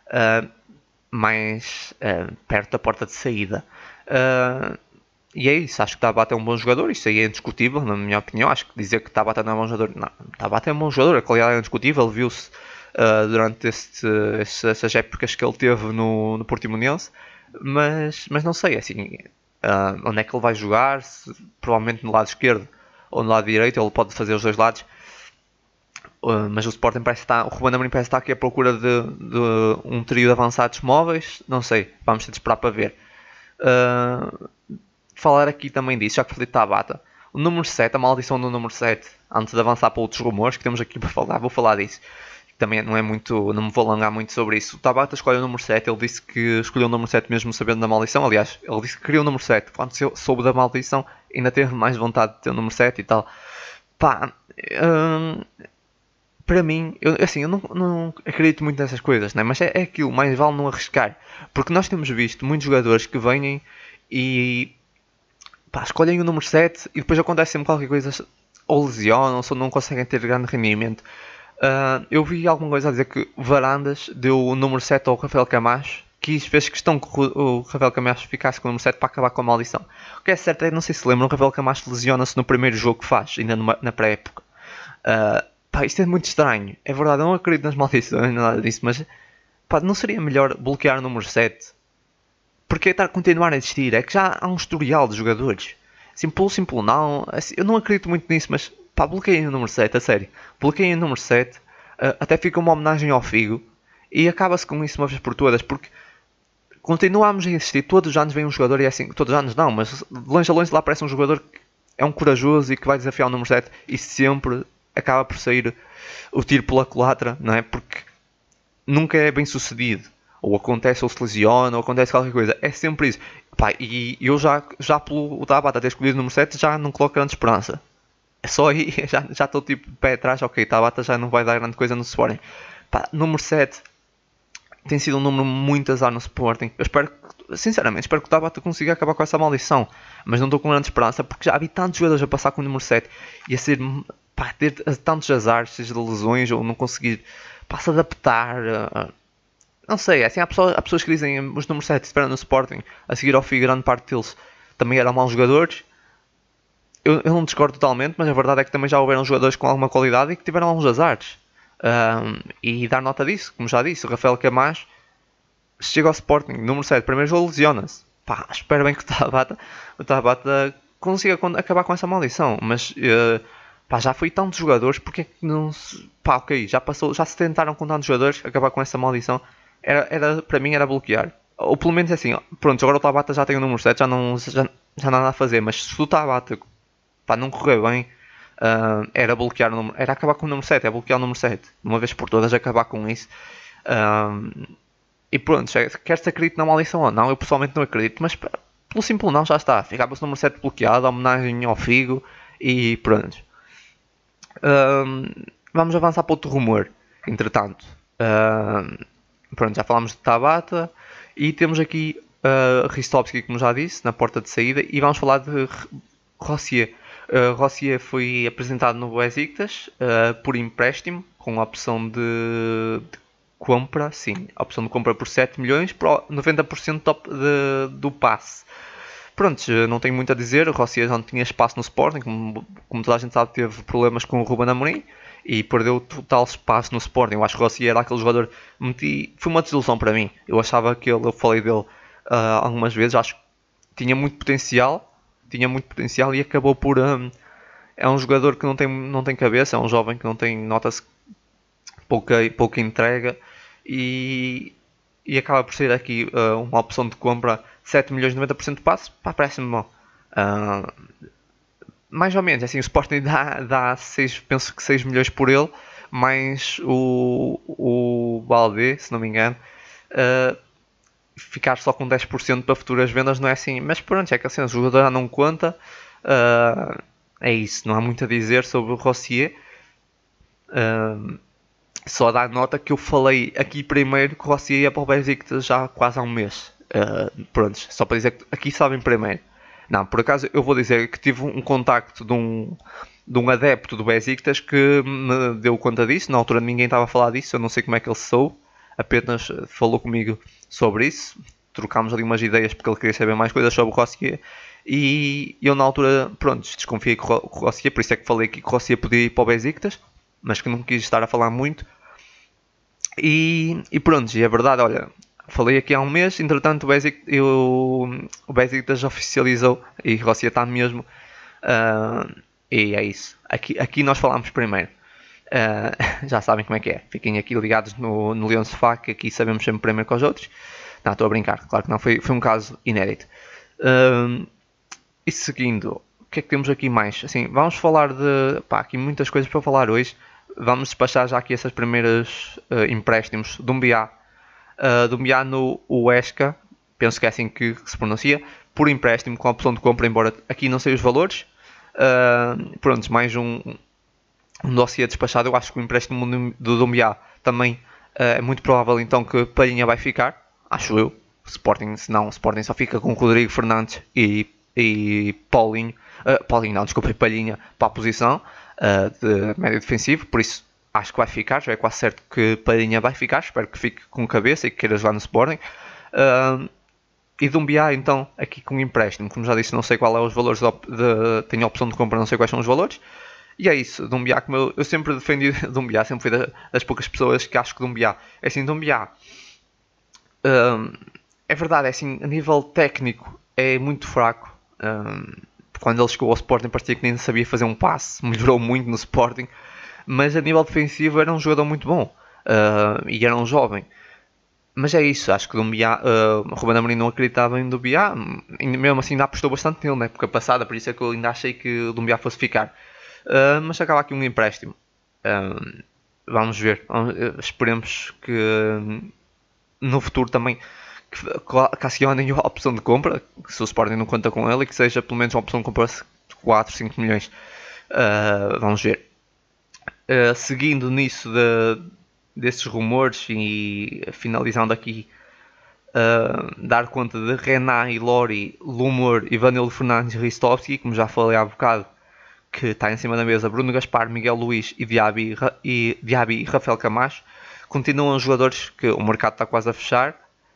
mais perto da porta de saída. E é isso, acho que Tabata é um bom jogador, isso aí é indiscutível, na minha opinião. Acho que dizer que Tabata não é um bom jogador, não, Tabata é um bom jogador, a qualidade é indiscutível, viu-se durante essas épocas que ele teve no Portimonense, mas não sei, assim, onde é que ele vai jogar, provavelmente no lado esquerdo ou no lado direito, ele pode fazer os dois lados. Mas o Sporting parece estar, o Ruben Amorim parece estar aqui à procura de um trio de avançados móveis, não sei, vamos ter de esperar para ver. Falar aqui também disso, já que falei de Tabata, o número 7, a maldição do número 7, antes de avançar para outros rumores que temos aqui para falar, vou falar disso. Também não é muito, não me vou alongar muito sobre isso. O Tabata escolhe o número 7, ele disse que escolheu o número 7 mesmo sabendo da maldição. Aliás, ele disse que queria o número 7. Quando soube da maldição, ainda teve mais vontade de ter o número 7 e tal. Pá, para mim, eu não acredito muito nessas coisas, né? Mas é aquilo, mais vale não arriscar. Porque nós temos visto muitos jogadores que vêm e pá, escolhem o número 7 e depois acontece sempre qualquer coisa, ou lesionam-se ou não conseguem ter grande rendimento. Eu vi alguma coisa a dizer que o Varandas deu o número 7 ao Rafael Camacho, fez questão que o Rafael Camacho ficasse com o número 7 para acabar com a maldição. O que é certo é, não sei se lembram, o Rafael Camacho lesiona-se no primeiro jogo que faz, ainda na pré-época. Pá, isto é muito estranho. É verdade, eu não acredito nas maldições, nada disso, mas pá, não seria melhor bloquear o número 7? Porque está a continuar a existir? É que já há um historial de jogadores. Simples não. Assim, eu não acredito muito nisso, mas pá, bloqueiem o número 7, a sério. Bloqueiem o número 7, até fica uma homenagem ao Figo e acaba-se com isso uma vez por todas, porque continuamos a insistir, todos os anos vem um jogador e é assim, todos os anos não, mas de longe a longe lá aparece um jogador que é um corajoso e que vai desafiar o número 7 e sempre acaba por sair o tiro pela culatra, não é? Porque nunca é bem sucedido. Ou acontece ou se lesiona, ou acontece qualquer coisa. É sempre isso. Pá, e eu já pelo Tabata ter escolhido o número 7 já não coloco grande esperança. É só aí, já estou tipo de pé atrás, ok, Tabata já não vai dar grande coisa no Sporting. Pá, número 7 tem sido um número muito azar no Sporting. Eu espero, sinceramente, espero que o Tabata consiga acabar com essa maldição. Mas não estou com grande esperança, porque já vi tantos jogadores a passar com o número 7 e a ser, pá, ter tantos azares, seja de lesões ou não conseguir, pá, se adaptar. Não sei, assim, há pessoas que dizem os números 7 estiveram no Sporting, a seguir ao Figo, grande parte deles também eram maus jogadores. Eu não discordo totalmente, mas a verdade é que também já houveram jogadores com alguma qualidade e que tiveram alguns azares. E dar nota disso, como já disse, o Rafael Camacho chega ao Sporting, número 7, primeiro jogo lesiona-se. Pá, espero bem que o Tabata consiga acabar com essa maldição, mas pá, já foi tantos jogadores, porque é que não se... Pá, ok, já se tentaram com tantos jogadores acabar com essa maldição. Para mim era bloquear. Ou pelo menos assim, pronto, agora o Tabata já tem o número 7, já nada a fazer, mas se o Tabata, pá, não correr bem, era bloquear o número, era acabar com o número 7, é bloquear o número 7, de uma vez por todas acabar com isso. E pronto, quer se acredite na maldição ou não, eu pessoalmente não acredito, mas pelo simples não, já está, ficava-se o número 7 bloqueado, a homenagem ao Figo e pronto. Vamos avançar para outro rumor, entretanto. Pronto, já falámos de Tabata e temos aqui Ristovski, como já disse, na porta de saída, e vamos falar de Rossier. Rossier foi apresentado no Besiktas por empréstimo, com a opção de compra, sim, a opção de compra por 7 milhões para 90% do passe. Pronto, não tenho muito a dizer, o Rossier já não tinha espaço no Sporting, como toda a gente sabe, teve problemas com o Ruben Amorim e perdeu total espaço no Sporting. Eu acho que o Rossier era aquele jogador, foi uma desilusão para mim. Eu achava que eu falei dele algumas vezes, acho que tinha muito potencial e acabou por... é um jogador que não tem cabeça, é um jovem que não tem, nota-se, pouca entrega e acaba por ser aqui uma opção de compra 7 milhões 90% de passe, pá, parece-me bom. Mais ou menos, assim, o Sporting dá 6, penso que 6 milhões por ele, mais o Balde, se não me engano, ficar só com 10% para futuras vendas não é assim, mas pronto, é que assim, o jogador já não conta, é isso, não há muito a dizer sobre o Rossier. Só dar nota que eu falei aqui primeiro que o Rossier ia para o Besiktas já quase há um mês. Pronto, só para dizer que aqui sabem primeiro. Não, por acaso eu vou dizer que tive um contacto de um adepto do Besiktas que me deu conta disso. Na altura ninguém estava a falar disso, eu não sei como é que ele soube. Apenas falou comigo sobre isso. Trocámos ali umas ideias porque ele queria saber mais coisas sobre o Rossier. E eu na altura, pronto, desconfiei com o Rossier, por isso é que falei aqui que o Rossier podia ir para o Besiktas, mas que não quis estar a falar muito. E pronto, e é verdade, olha, falei aqui há um mês, entretanto o Besiktas oficializou e o Rossi está mesmo. E é isso. Aqui nós falamos primeiro. Já sabem como é que é. Fiquem aqui ligados no Leão Sofá, que aqui sabemos sempre primeiro que os outros. Não, estou a brincar. Claro que não, foi um caso inédito. E seguindo, o que é que temos aqui mais? Assim, vamos falar de... aqui muitas coisas para falar hoje. Vamos despachar já aqui essas primeiras empréstimos. Dumbiá no Huesca, penso que é assim que se pronuncia, por empréstimo com a opção de compra, embora aqui não sei os valores. Pronto, mais um dossiê despachado. Eu acho que o empréstimo do Dumbiá também é muito provável então que Palhinha vai ficar, acho eu. Sporting, se não, Sporting só fica com Rodrigo Fernandes e Paulinho, não, desculpa, Palhinha para a posição de médio defensivo, por isso acho que vai ficar, já é quase certo que Palhinha vai ficar, espero que fique com cabeça e que queira jogar no Sporting. E Dumbiá então aqui com empréstimo, como já disse, não sei qual é os valores, tenho a opção de compra, não sei quais são os valores. E é isso, Dumbiá, como eu sempre defendi Dumbiá, sempre fui das poucas pessoas que acho que Dumbiá, é assim, Dumbiá, é verdade, é assim, a nível técnico é muito fraco. Quando ele chegou ao Sporting parecia que nem sabia fazer um passe, melhorou muito no Sporting, mas a nível defensivo era um jogador muito bom, e era um jovem. Mas é isso, acho que o Dumbiá, o Ruben Amorim não acreditava em Dumbiá, mesmo assim ainda apostou bastante nele na época passada, por isso é que eu ainda achei que o Dumbiá fosse ficar. Mas acaba aqui um empréstimo. Vamos ver, esperemos que no futuro também que acionem a opção de compra, se o Sporting não conta com ele, e que seja pelo menos uma opção de compra de 4, 5 milhões. Vamos ver. Seguindo nisso desses rumores e finalizando aqui, dar conta de Renan, Ilori, Lumor, Ivanilo Fernandes e Ristovski, como já falei há bocado, que está em cima da mesa, Bruno Gaspar, Miguel Luís e Diaby e Rafael Camacho. Continuam jogadores que o mercado está quase a fechar.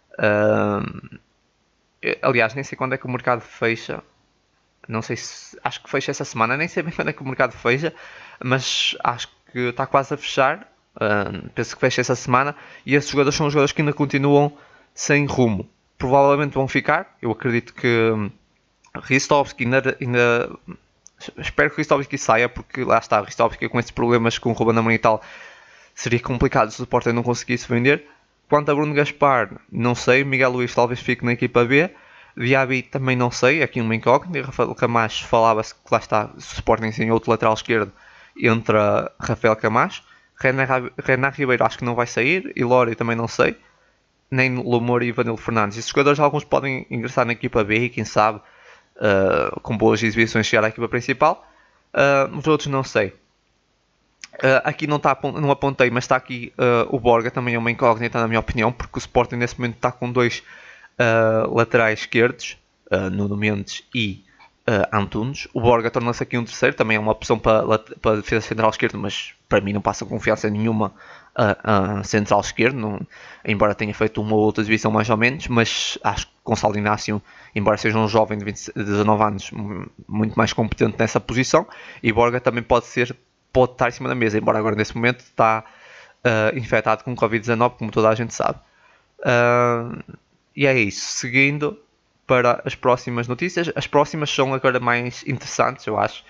Aliás, nem sei quando é que o mercado fecha. Não sei se... Acho que fecha essa semana. Nem sei bem quando é que o mercado fecha. Mas acho que está quase a fechar. Penso que fecha essa semana. E esses jogadores são jogadores que ainda continuam sem rumo. Provavelmente vão ficar. Eu acredito que Ristovski ainda... Espero que Ristovski saia, porque lá está, Ristovski com esses problemas com o Ruben Amorim e tal, seria complicado se o Sporting não conseguisse vender. Quanto a Bruno Gaspar, não sei. Miguel Luís talvez fique na equipa B. Diaby também não sei, aqui uma incógnita. Rafael Camacho, falava-se que lá está, se o Sporting sem outro lateral esquerdo, entra Rafael Camacho. Renan Ribeiro acho que não vai sair. E Lori também não sei. Nem Lumor e Ivanilo Fernandes. Esses jogadores alguns podem ingressar na equipa B e quem sabe, com boas exibições, chegar à equipa principal. Os outros não sei. Aqui não apontei, mas está aqui o Borga, também é uma incógnita na minha opinião, porque o Sporting nesse momento está com dois laterais esquerdos, Nuno Mendes e Antunes. O Borga torna-se aqui um terceiro, também é uma opção para defesa central esquerdo, mas para mim não passa confiança nenhuma a central esquerdo, embora tenha feito uma ou outra exibição mais ou menos, mas acho que Gonçalo Inácio, embora seja um jovem de 19 anos, muito mais competente nessa posição, e Borga também pode estar em cima da mesa, embora agora nesse momento está infectado com Covid-19, como toda a gente sabe. E é isso. Seguindo para as próximas notícias, as próximas são agora mais interessantes, eu acho,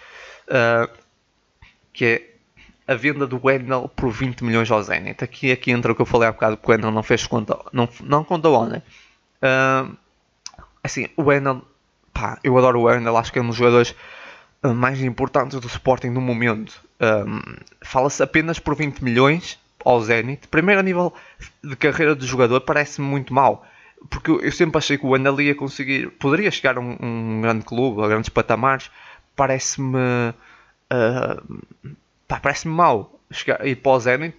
que é a venda do Wendel por 20 milhões ao Zenit. Aqui entra o que eu falei há bocado, que o Wendel não fez conta, não contou ontem. Assim, o Wendel, eu adoro o Wendel, acho que é um dos jogadores mais importantes do Sporting no momento. Fala-se apenas por 20 milhões ao Zenit. Primeiro, a nível de carreira do jogador, parece-me muito mau, porque eu sempre achei que o Wendel ia conseguir, poderia chegar a um grande clube, a grandes patamares. Parece-me mau ir para o Zenit.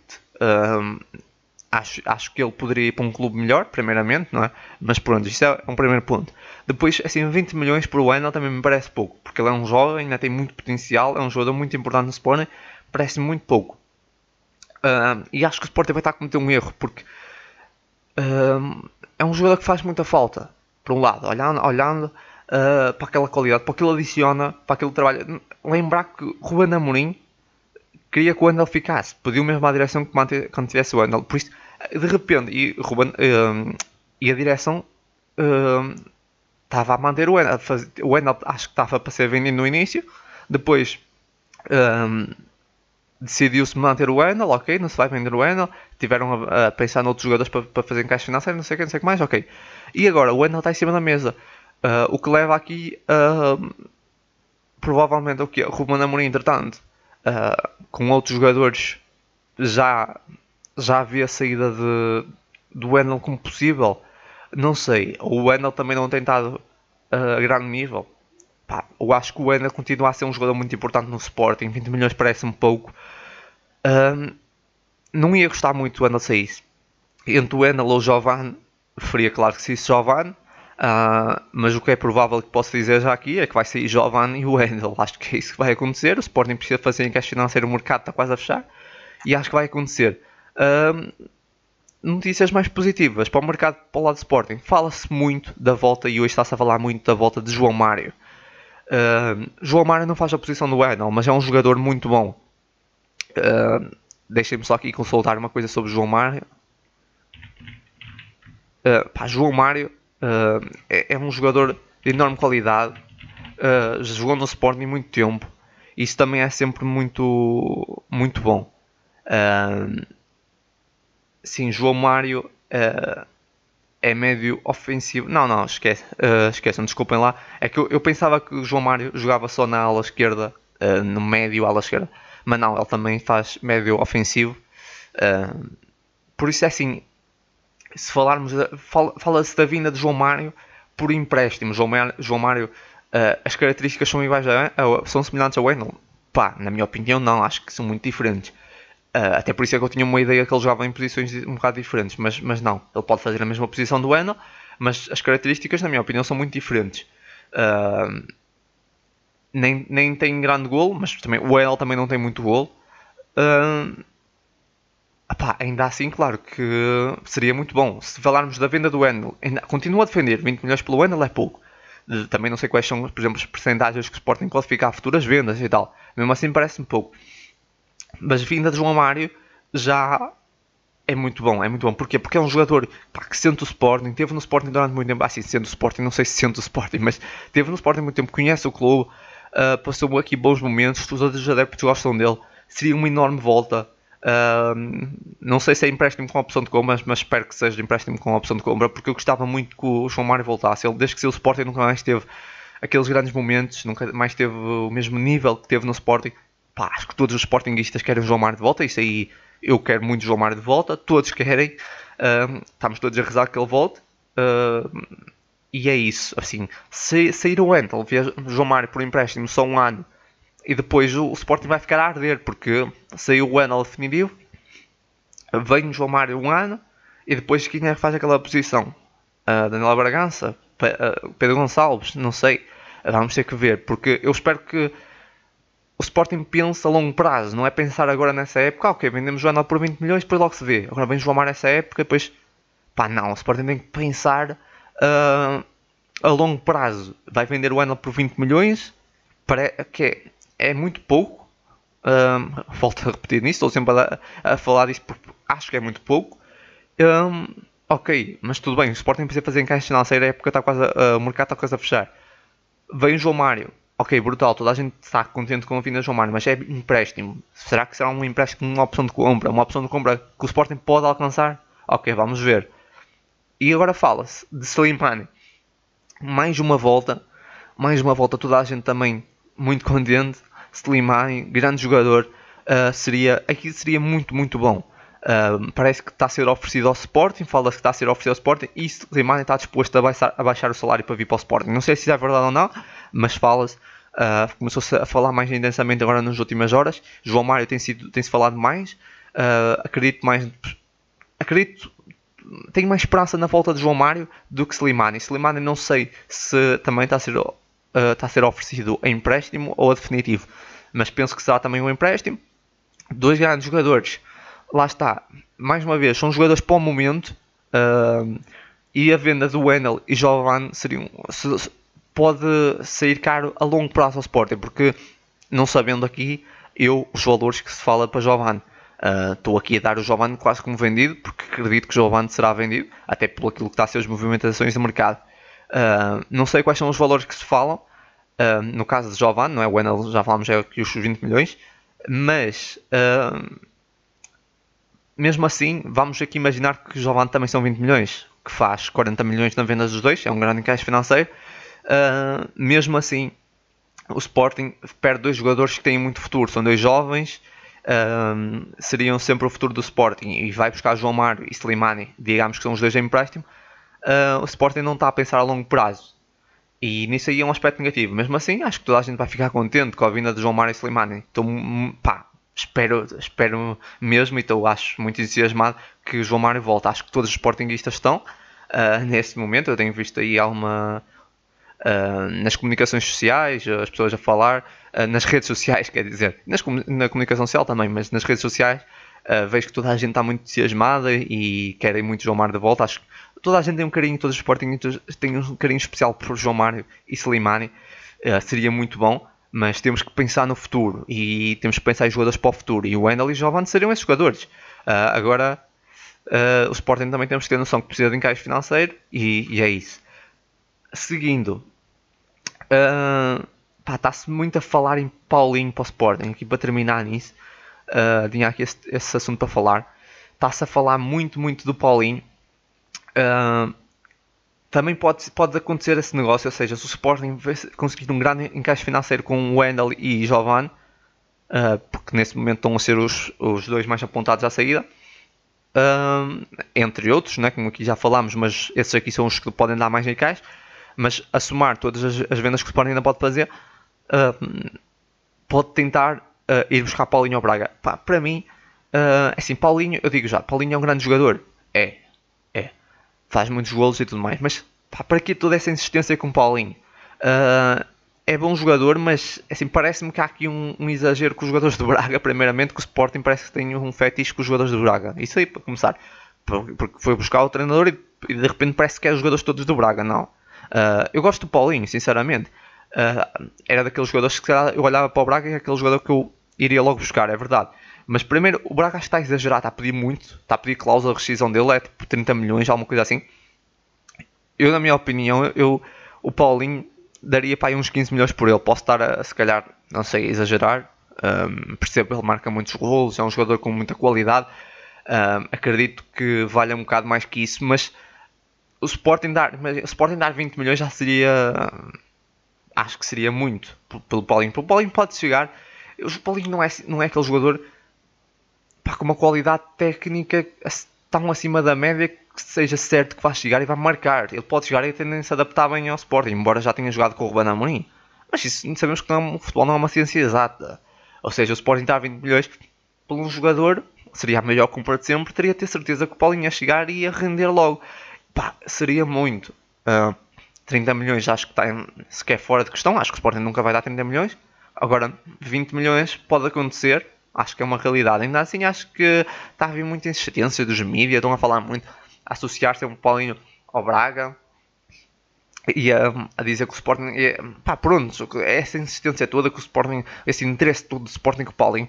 Acho que ele poderia ir para um clube melhor, primeiramente, não é? Mas pronto, isso é um primeiro ponto. Depois, assim, 20 milhões por Wendel também me parece pouco, porque ele é um jovem, ainda tem muito potencial, é um jogador muito importante no Sporting, parece-me muito pouco. E acho que o Sporting vai estar a cometer um erro, porque é um jogador que faz muita falta, por um lado, olhando para aquela qualidade, para aquilo adiciona, para aquele trabalho. Lembrar que Ruben Amorim queria que o Wendel ficasse, pediu mesmo à direção que quando tivesse o Wendel, por isso, de repente, E a direção estava a manter o Wendell. O Wendell acho que estava para ser vendido no início. Depois decidiu-se manter o Wendell, ok, não se vai vender o Wendell. Tiveram a pensar noutros jogadores para fazer encaixe financeiro, não sei o que mais, ok. E agora o Wendell está em cima da mesa. O que leva aqui provavelmente o que Ruben Amorim, entretanto, com outros jogadores já havia a saída do Wendell como possível. Não sei, o Wendell também não tem estado a grande nível. Pá, eu acho que o Wendell continua a ser um jogador muito importante no Sporting. 20 milhões parece-me pouco. Não ia gostar muito do Wendell saísse. Entre o Wendell ou o Jovane, preferia claro que saísse Jovane. Mas o que é provável que posso dizer já aqui é que vai sair Jovane e o Wendell. Acho que é isso que vai acontecer. O Sporting precisa fazer encaixe financeiro, o mercado está quase a fechar. E acho que vai acontecer. Notícias mais positivas para o mercado, para o lado do Sporting. Fala-se muito da volta, e hoje está-se a falar muito da volta de João Mário. João Mário não faz a posição do Wendell, mas é um jogador muito bom. Deixem-me só aqui consultar uma coisa sobre João Mário. João Mário é um jogador de enorme qualidade. Jogou no Sporting muito tempo. Isso também é sempre muito, muito bom. Sim, João Mário é médio ofensivo. Não, esqueçam, desculpem lá. É que eu pensava que o João Mário jogava só na ala esquerda, no médio ala esquerda. Mas não, ele também faz médio ofensivo. Por isso é assim, se falarmos, fala-se da vinda de João Mário por empréstimo. João Mário, as características são iguais são semelhantes ao Wendell? Pá, na minha opinião não, acho que são muito diferentes. Até por isso é que eu tinha uma ideia que ele jogava em posições um bocado diferentes, mas não, ele pode fazer a mesma posição do Wendell, mas as características, na minha opinião, são muito diferentes. Nem tem grande golo, mas também, o Wendell também não tem muito golo. Ainda assim, claro que seria muito bom. Se falarmos da venda do Wendell, continuo a defender, 20 milhões pelo Wendell é pouco. Também não sei quais são, por exemplo, as percentagens que o Sporting pode ficar a futuras vendas e tal. Mesmo assim parece-me pouco. Mas a vinda de João Mário já é muito bom. Porquê? Porque é um jogador que sente o Sporting, teve no Sporting durante muito tempo. Sente o Sporting, não sei se sente o Sporting, mas teve no Sporting muito tempo, conhece o clube, passou aqui bons momentos, os outros adeptos gostam dele. Seria uma enorme volta. Não sei se é empréstimo com opção de compra, mas espero que seja empréstimo com opção de compra, porque eu gostava muito que o João Mário voltasse. Ele, desde que saiu o Sporting, nunca mais teve aqueles grandes momentos, nunca mais teve o mesmo nível que teve no Sporting. Acho que todos os Sportingistas querem o João Mário de volta. Isso aí, eu quero muito o João Mário de volta. Todos querem. Estamos todos a rezar que ele volte. E é isso. Assim, sair o Wendell, ver o João Mário por empréstimo só um ano, e depois o Sporting vai ficar a arder, porque saiu o Wendell definitivo, vem o João Mário um ano, e depois quem é que faz aquela posição? Daniela Bragança? Pedro Gonçalves? Não sei. Vamos ter que ver, porque eu espero que o Sporting pensa a longo prazo, não é pensar agora nessa época, ok, vendemos o Wendell por 20 milhões, depois logo se vê. Agora vem o João Mário nessa época, depois... não, o Sporting tem que pensar a longo prazo. Vai vender o Wendell por 20 milhões, que é muito pouco. Volto a repetir nisso, estou sempre a falar disso porque acho que é muito pouco. Ok, mas tudo bem, o Sporting precisa fazer encaixe financeiro, a época está quase, o mercado está quase a fechar. Vem o João Mário. Ok, brutal, toda a gente está contente com a vinda de João Mário, mas é empréstimo. Será que será um empréstimo, uma opção de compra? Uma opção de compra que o Sporting pode alcançar? Ok, vamos ver. E agora fala-se de Slimani. Mais uma volta, toda a gente também muito contente. Slimani, grande jogador, seria muito, muito bom. Parece que está a ser oferecido ao Sporting, fala-se que está a ser oferecido ao Sporting, e Slimani está disposto a baixar o salário para vir para o Sporting. Não sei se é verdade ou não, mas fala-se, começou-se a falar mais intensamente agora nas últimas horas. João Mário tem-se falado mais, tenho mais esperança na volta de João Mário do que Slimani. Slimani não sei se também está a ser oferecido a empréstimo ou a definitivo, mas penso que será também um empréstimo. Dois grandes jogadores, lá está, mais uma vez, são jogadores para o momento, e a venda do Wendell e Jovane pode sair caro a longo prazo ao Sporting, porque não sabendo aqui os valores que se fala para Jovane. Estou aqui a dar o Giovane quase como vendido, porque acredito que o Giovane será vendido, até pelo aquilo que está a ser as movimentações de mercado. Não sei quais são os valores que se falam, no caso de Giovane, não é? O Wendel já falámos aqui os 20 milhões, mas mesmo assim, vamos aqui imaginar que o Giovane também são 20 milhões, que faz 40 milhões na venda dos dois, é um grande encaixe financeiro. Mesmo assim, o Sporting perde dois jogadores que têm muito futuro, são dois jovens, seriam sempre o futuro do Sporting, e vai buscar João Mário e Slimani, digamos que são os dois em empréstimo. O Sporting não está a pensar a longo prazo, e nisso aí é um aspecto negativo. Mesmo assim, acho que toda a gente vai ficar contente com a vinda de João Mário e Slimani. Então, espero mesmo, e acho muito entusiasmado que o João Mário volte. Acho que todos os Sportingistas estão nesse momento. Eu tenho visto aí alguma nas comunicações sociais, as pessoas a falar, nas redes sociais, quer dizer, na comunicação social também, mas nas redes sociais vejo que toda a gente está muito entusiasmada e querem muito João Mário de volta. Acho que toda a gente tem um carinho, todos os Sportingistas têm um carinho especial por João Mário e Slimani. Seria muito bom, mas temos que pensar no futuro e temos que pensar em jogadores para o futuro, e o Wendel e o Giovane seriam esses jogadores. Agora, o Sporting também temos que ter noção que precisa de encaixe financeiro, e é isso. Seguindo, está-se muito a falar em Paulinho para o Sporting, aqui para terminar nisso, tinha aqui esse assunto para falar. Está-se a falar muito do Paulinho. Também pode acontecer esse negócio, ou seja, se o Sporting conseguir um grande encaixe financeiro com o Wendel e Giovane, porque nesse momento estão a ser os dois mais apontados à saída, entre outros, né, como aqui já falámos, mas esses aqui são os que podem dar mais encaixe. Mas a somar todas as vendas que o Sporting ainda pode fazer, pode tentar ir buscar Paulinho ao Braga. Para mim, assim, Paulinho, eu digo já, Paulinho é um grande jogador. É. Faz muitos golos e tudo mais. Mas para que toda essa insistência com Paulinho? É bom jogador, mas assim, parece-me que há aqui um exagero com os jogadores do Braga. Primeiramente, que o Sporting parece que tem um fetiche com os jogadores do Braga. Isso aí, para começar. Porque foi buscar o treinador e de repente parece que é os jogadores todos do Braga. Não. Eu gosto do Paulinho, sinceramente. Era daqueles jogadores que eu olhava para o Braga e é aquele jogador que eu iria logo buscar, é verdade. Mas primeiro, o Braga está a exagerar, está a pedir muito, está a pedir cláusula de rescisão dele, é tipo 30 milhões, alguma coisa assim. Eu, na minha opinião, o Paulinho daria para aí uns 15 milhões por ele. Posso estar se calhar, não sei, a exagerar. Percebo que ele marca muitos golos, é um jogador com muita qualidade. Acredito que valha um bocado mais que isso, mas o Sporting dar 20 milhões já seria... Acho que seria muito pelo Paulinho. O Paulinho pode chegar... O Paulinho não é aquele jogador com uma qualidade técnica tão acima da média que seja certo que vai chegar e vai marcar. Ele pode chegar e tem de se adaptar bem ao Sporting, embora já tenha jogado com o Ruben Amorim. Mas isso, sabemos que o futebol não é uma ciência exata. Ou seja, o Sporting está a 20 milhões por um jogador, seria a melhor compra de sempre, teria de ter certeza que o Paulinho ia chegar e ia render logo. Seria muito. 30 milhões acho que está sequer fora de questão. Acho que o Sporting nunca vai dar 30 milhões. Agora, 20 milhões pode acontecer. Acho que é uma realidade. Ainda assim, acho que está a haver muita insistência dos mídias. Estão a falar muito, a associar-se a um Paulinho ao Braga. E a dizer que o Sporting... pronto, essa insistência toda que o Sporting... Esse interesse todo do Sporting com o Paulinho...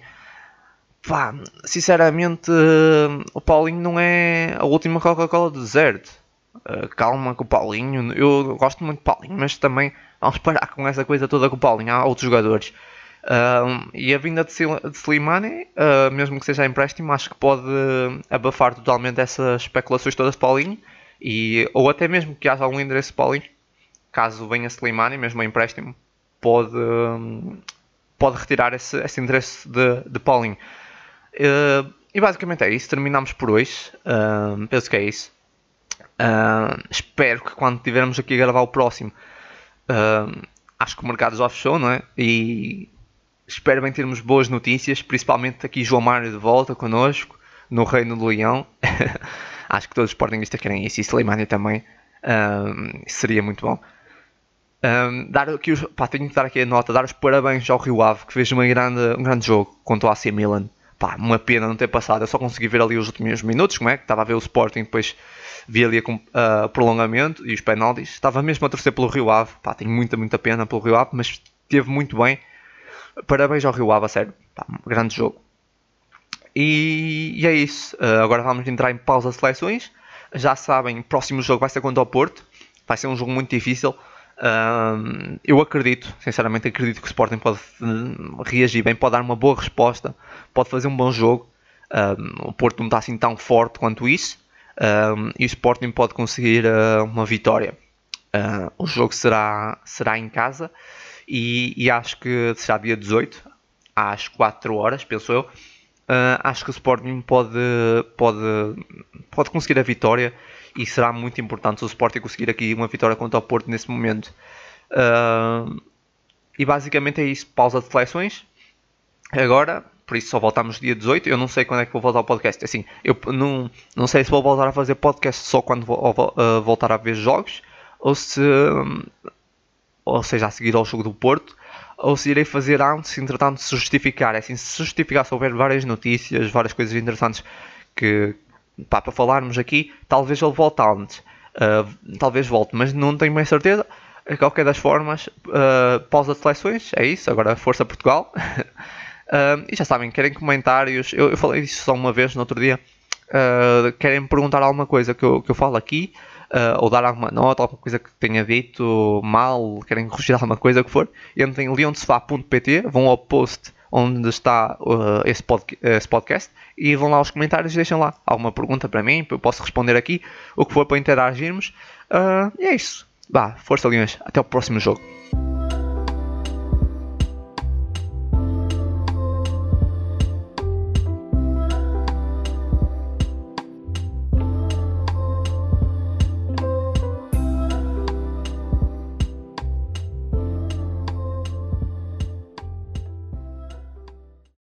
sinceramente, o Paulinho não é a última Coca-Cola do deserto. Calma com o Paulinho. Eu gosto muito de Paulinho, mas também vamos parar com essa coisa toda com o Paulinho. Há outros jogadores. E a vinda de Slimani, mesmo que seja empréstimo, acho que pode abafar totalmente essas especulações todas de Paulinho. Ou até mesmo que haja algum endereço de Paulinho, caso venha Slimani, mesmo a empréstimo, pode retirar esse endereço de Paulinho. E basicamente é isso. Terminamos por hoje. Penso que é isso. Espero que quando tivermos aqui a gravar o próximo, acho que o mercado já fechou, não é? E espero bem termos boas notícias, principalmente aqui João Mário de volta connosco no Reino do Leão. Acho que todos os Sportingistas querem isso, e Slimani também. Seria muito bom. Tenho que dar aqui a nota, dar os parabéns ao Rio Ave, que fez um grande jogo contra o AC Milan. Uma pena não ter passado. Eu só consegui ver ali os últimos minutos, como é que estava a ver o Sporting, depois vi ali o prolongamento e os penaltis. Estava mesmo a torcer pelo Rio Ave. Tenho muita pena pelo Rio Ave, mas esteve muito bem. Parabéns ao Rio Ave, a sério. Grande jogo. E é isso. Agora vamos entrar em pausa de seleções. Já sabem, o próximo jogo vai ser contra o Porto. Vai ser um jogo muito difícil. Eu acredito, sinceramente acredito que o Sporting pode reagir bem, pode dar uma boa resposta, pode fazer um bom jogo. O Porto não está assim tão forte quanto isso. E o Sporting pode conseguir uma vitória. O jogo será em casa e acho que será dia 18, às 4 horas, penso eu. Acho que o Sporting pode conseguir a vitória e será muito importante se o Sporting conseguir aqui uma vitória contra o Porto nesse momento. E basicamente é isso, pausa de seleções. Agora, por isso só voltamos dia 18. Eu não sei quando é que vou voltar ao podcast. Assim, eu não sei se vou voltar a fazer podcast só quando voltar a ver jogos, ou seja, a seguir ao jogo do Porto, ou se irei fazer antes, se entretanto se justificar. É assim, se justificar, se houver várias notícias, várias coisas interessantes para falarmos aqui, talvez ele volte antes. Talvez volte, mas não tenho bem certeza. De qualquer das formas, pausa de seleções, é isso. Agora Força Portugal. E já sabem, querem comentários. Eu falei disso só uma vez no outro dia. Querem me perguntar alguma coisa que eu falo aqui, ou dar alguma nota, alguma coisa que tenha dito mal, querem corrigir alguma coisa que for, entrem em leondesefá.pt, vão ao post onde está esse podcast e vão lá aos comentários e deixem lá alguma pergunta para mim, eu posso responder aqui, o que for para interagirmos. E é isso. Vá, força Leões, até o próximo jogo.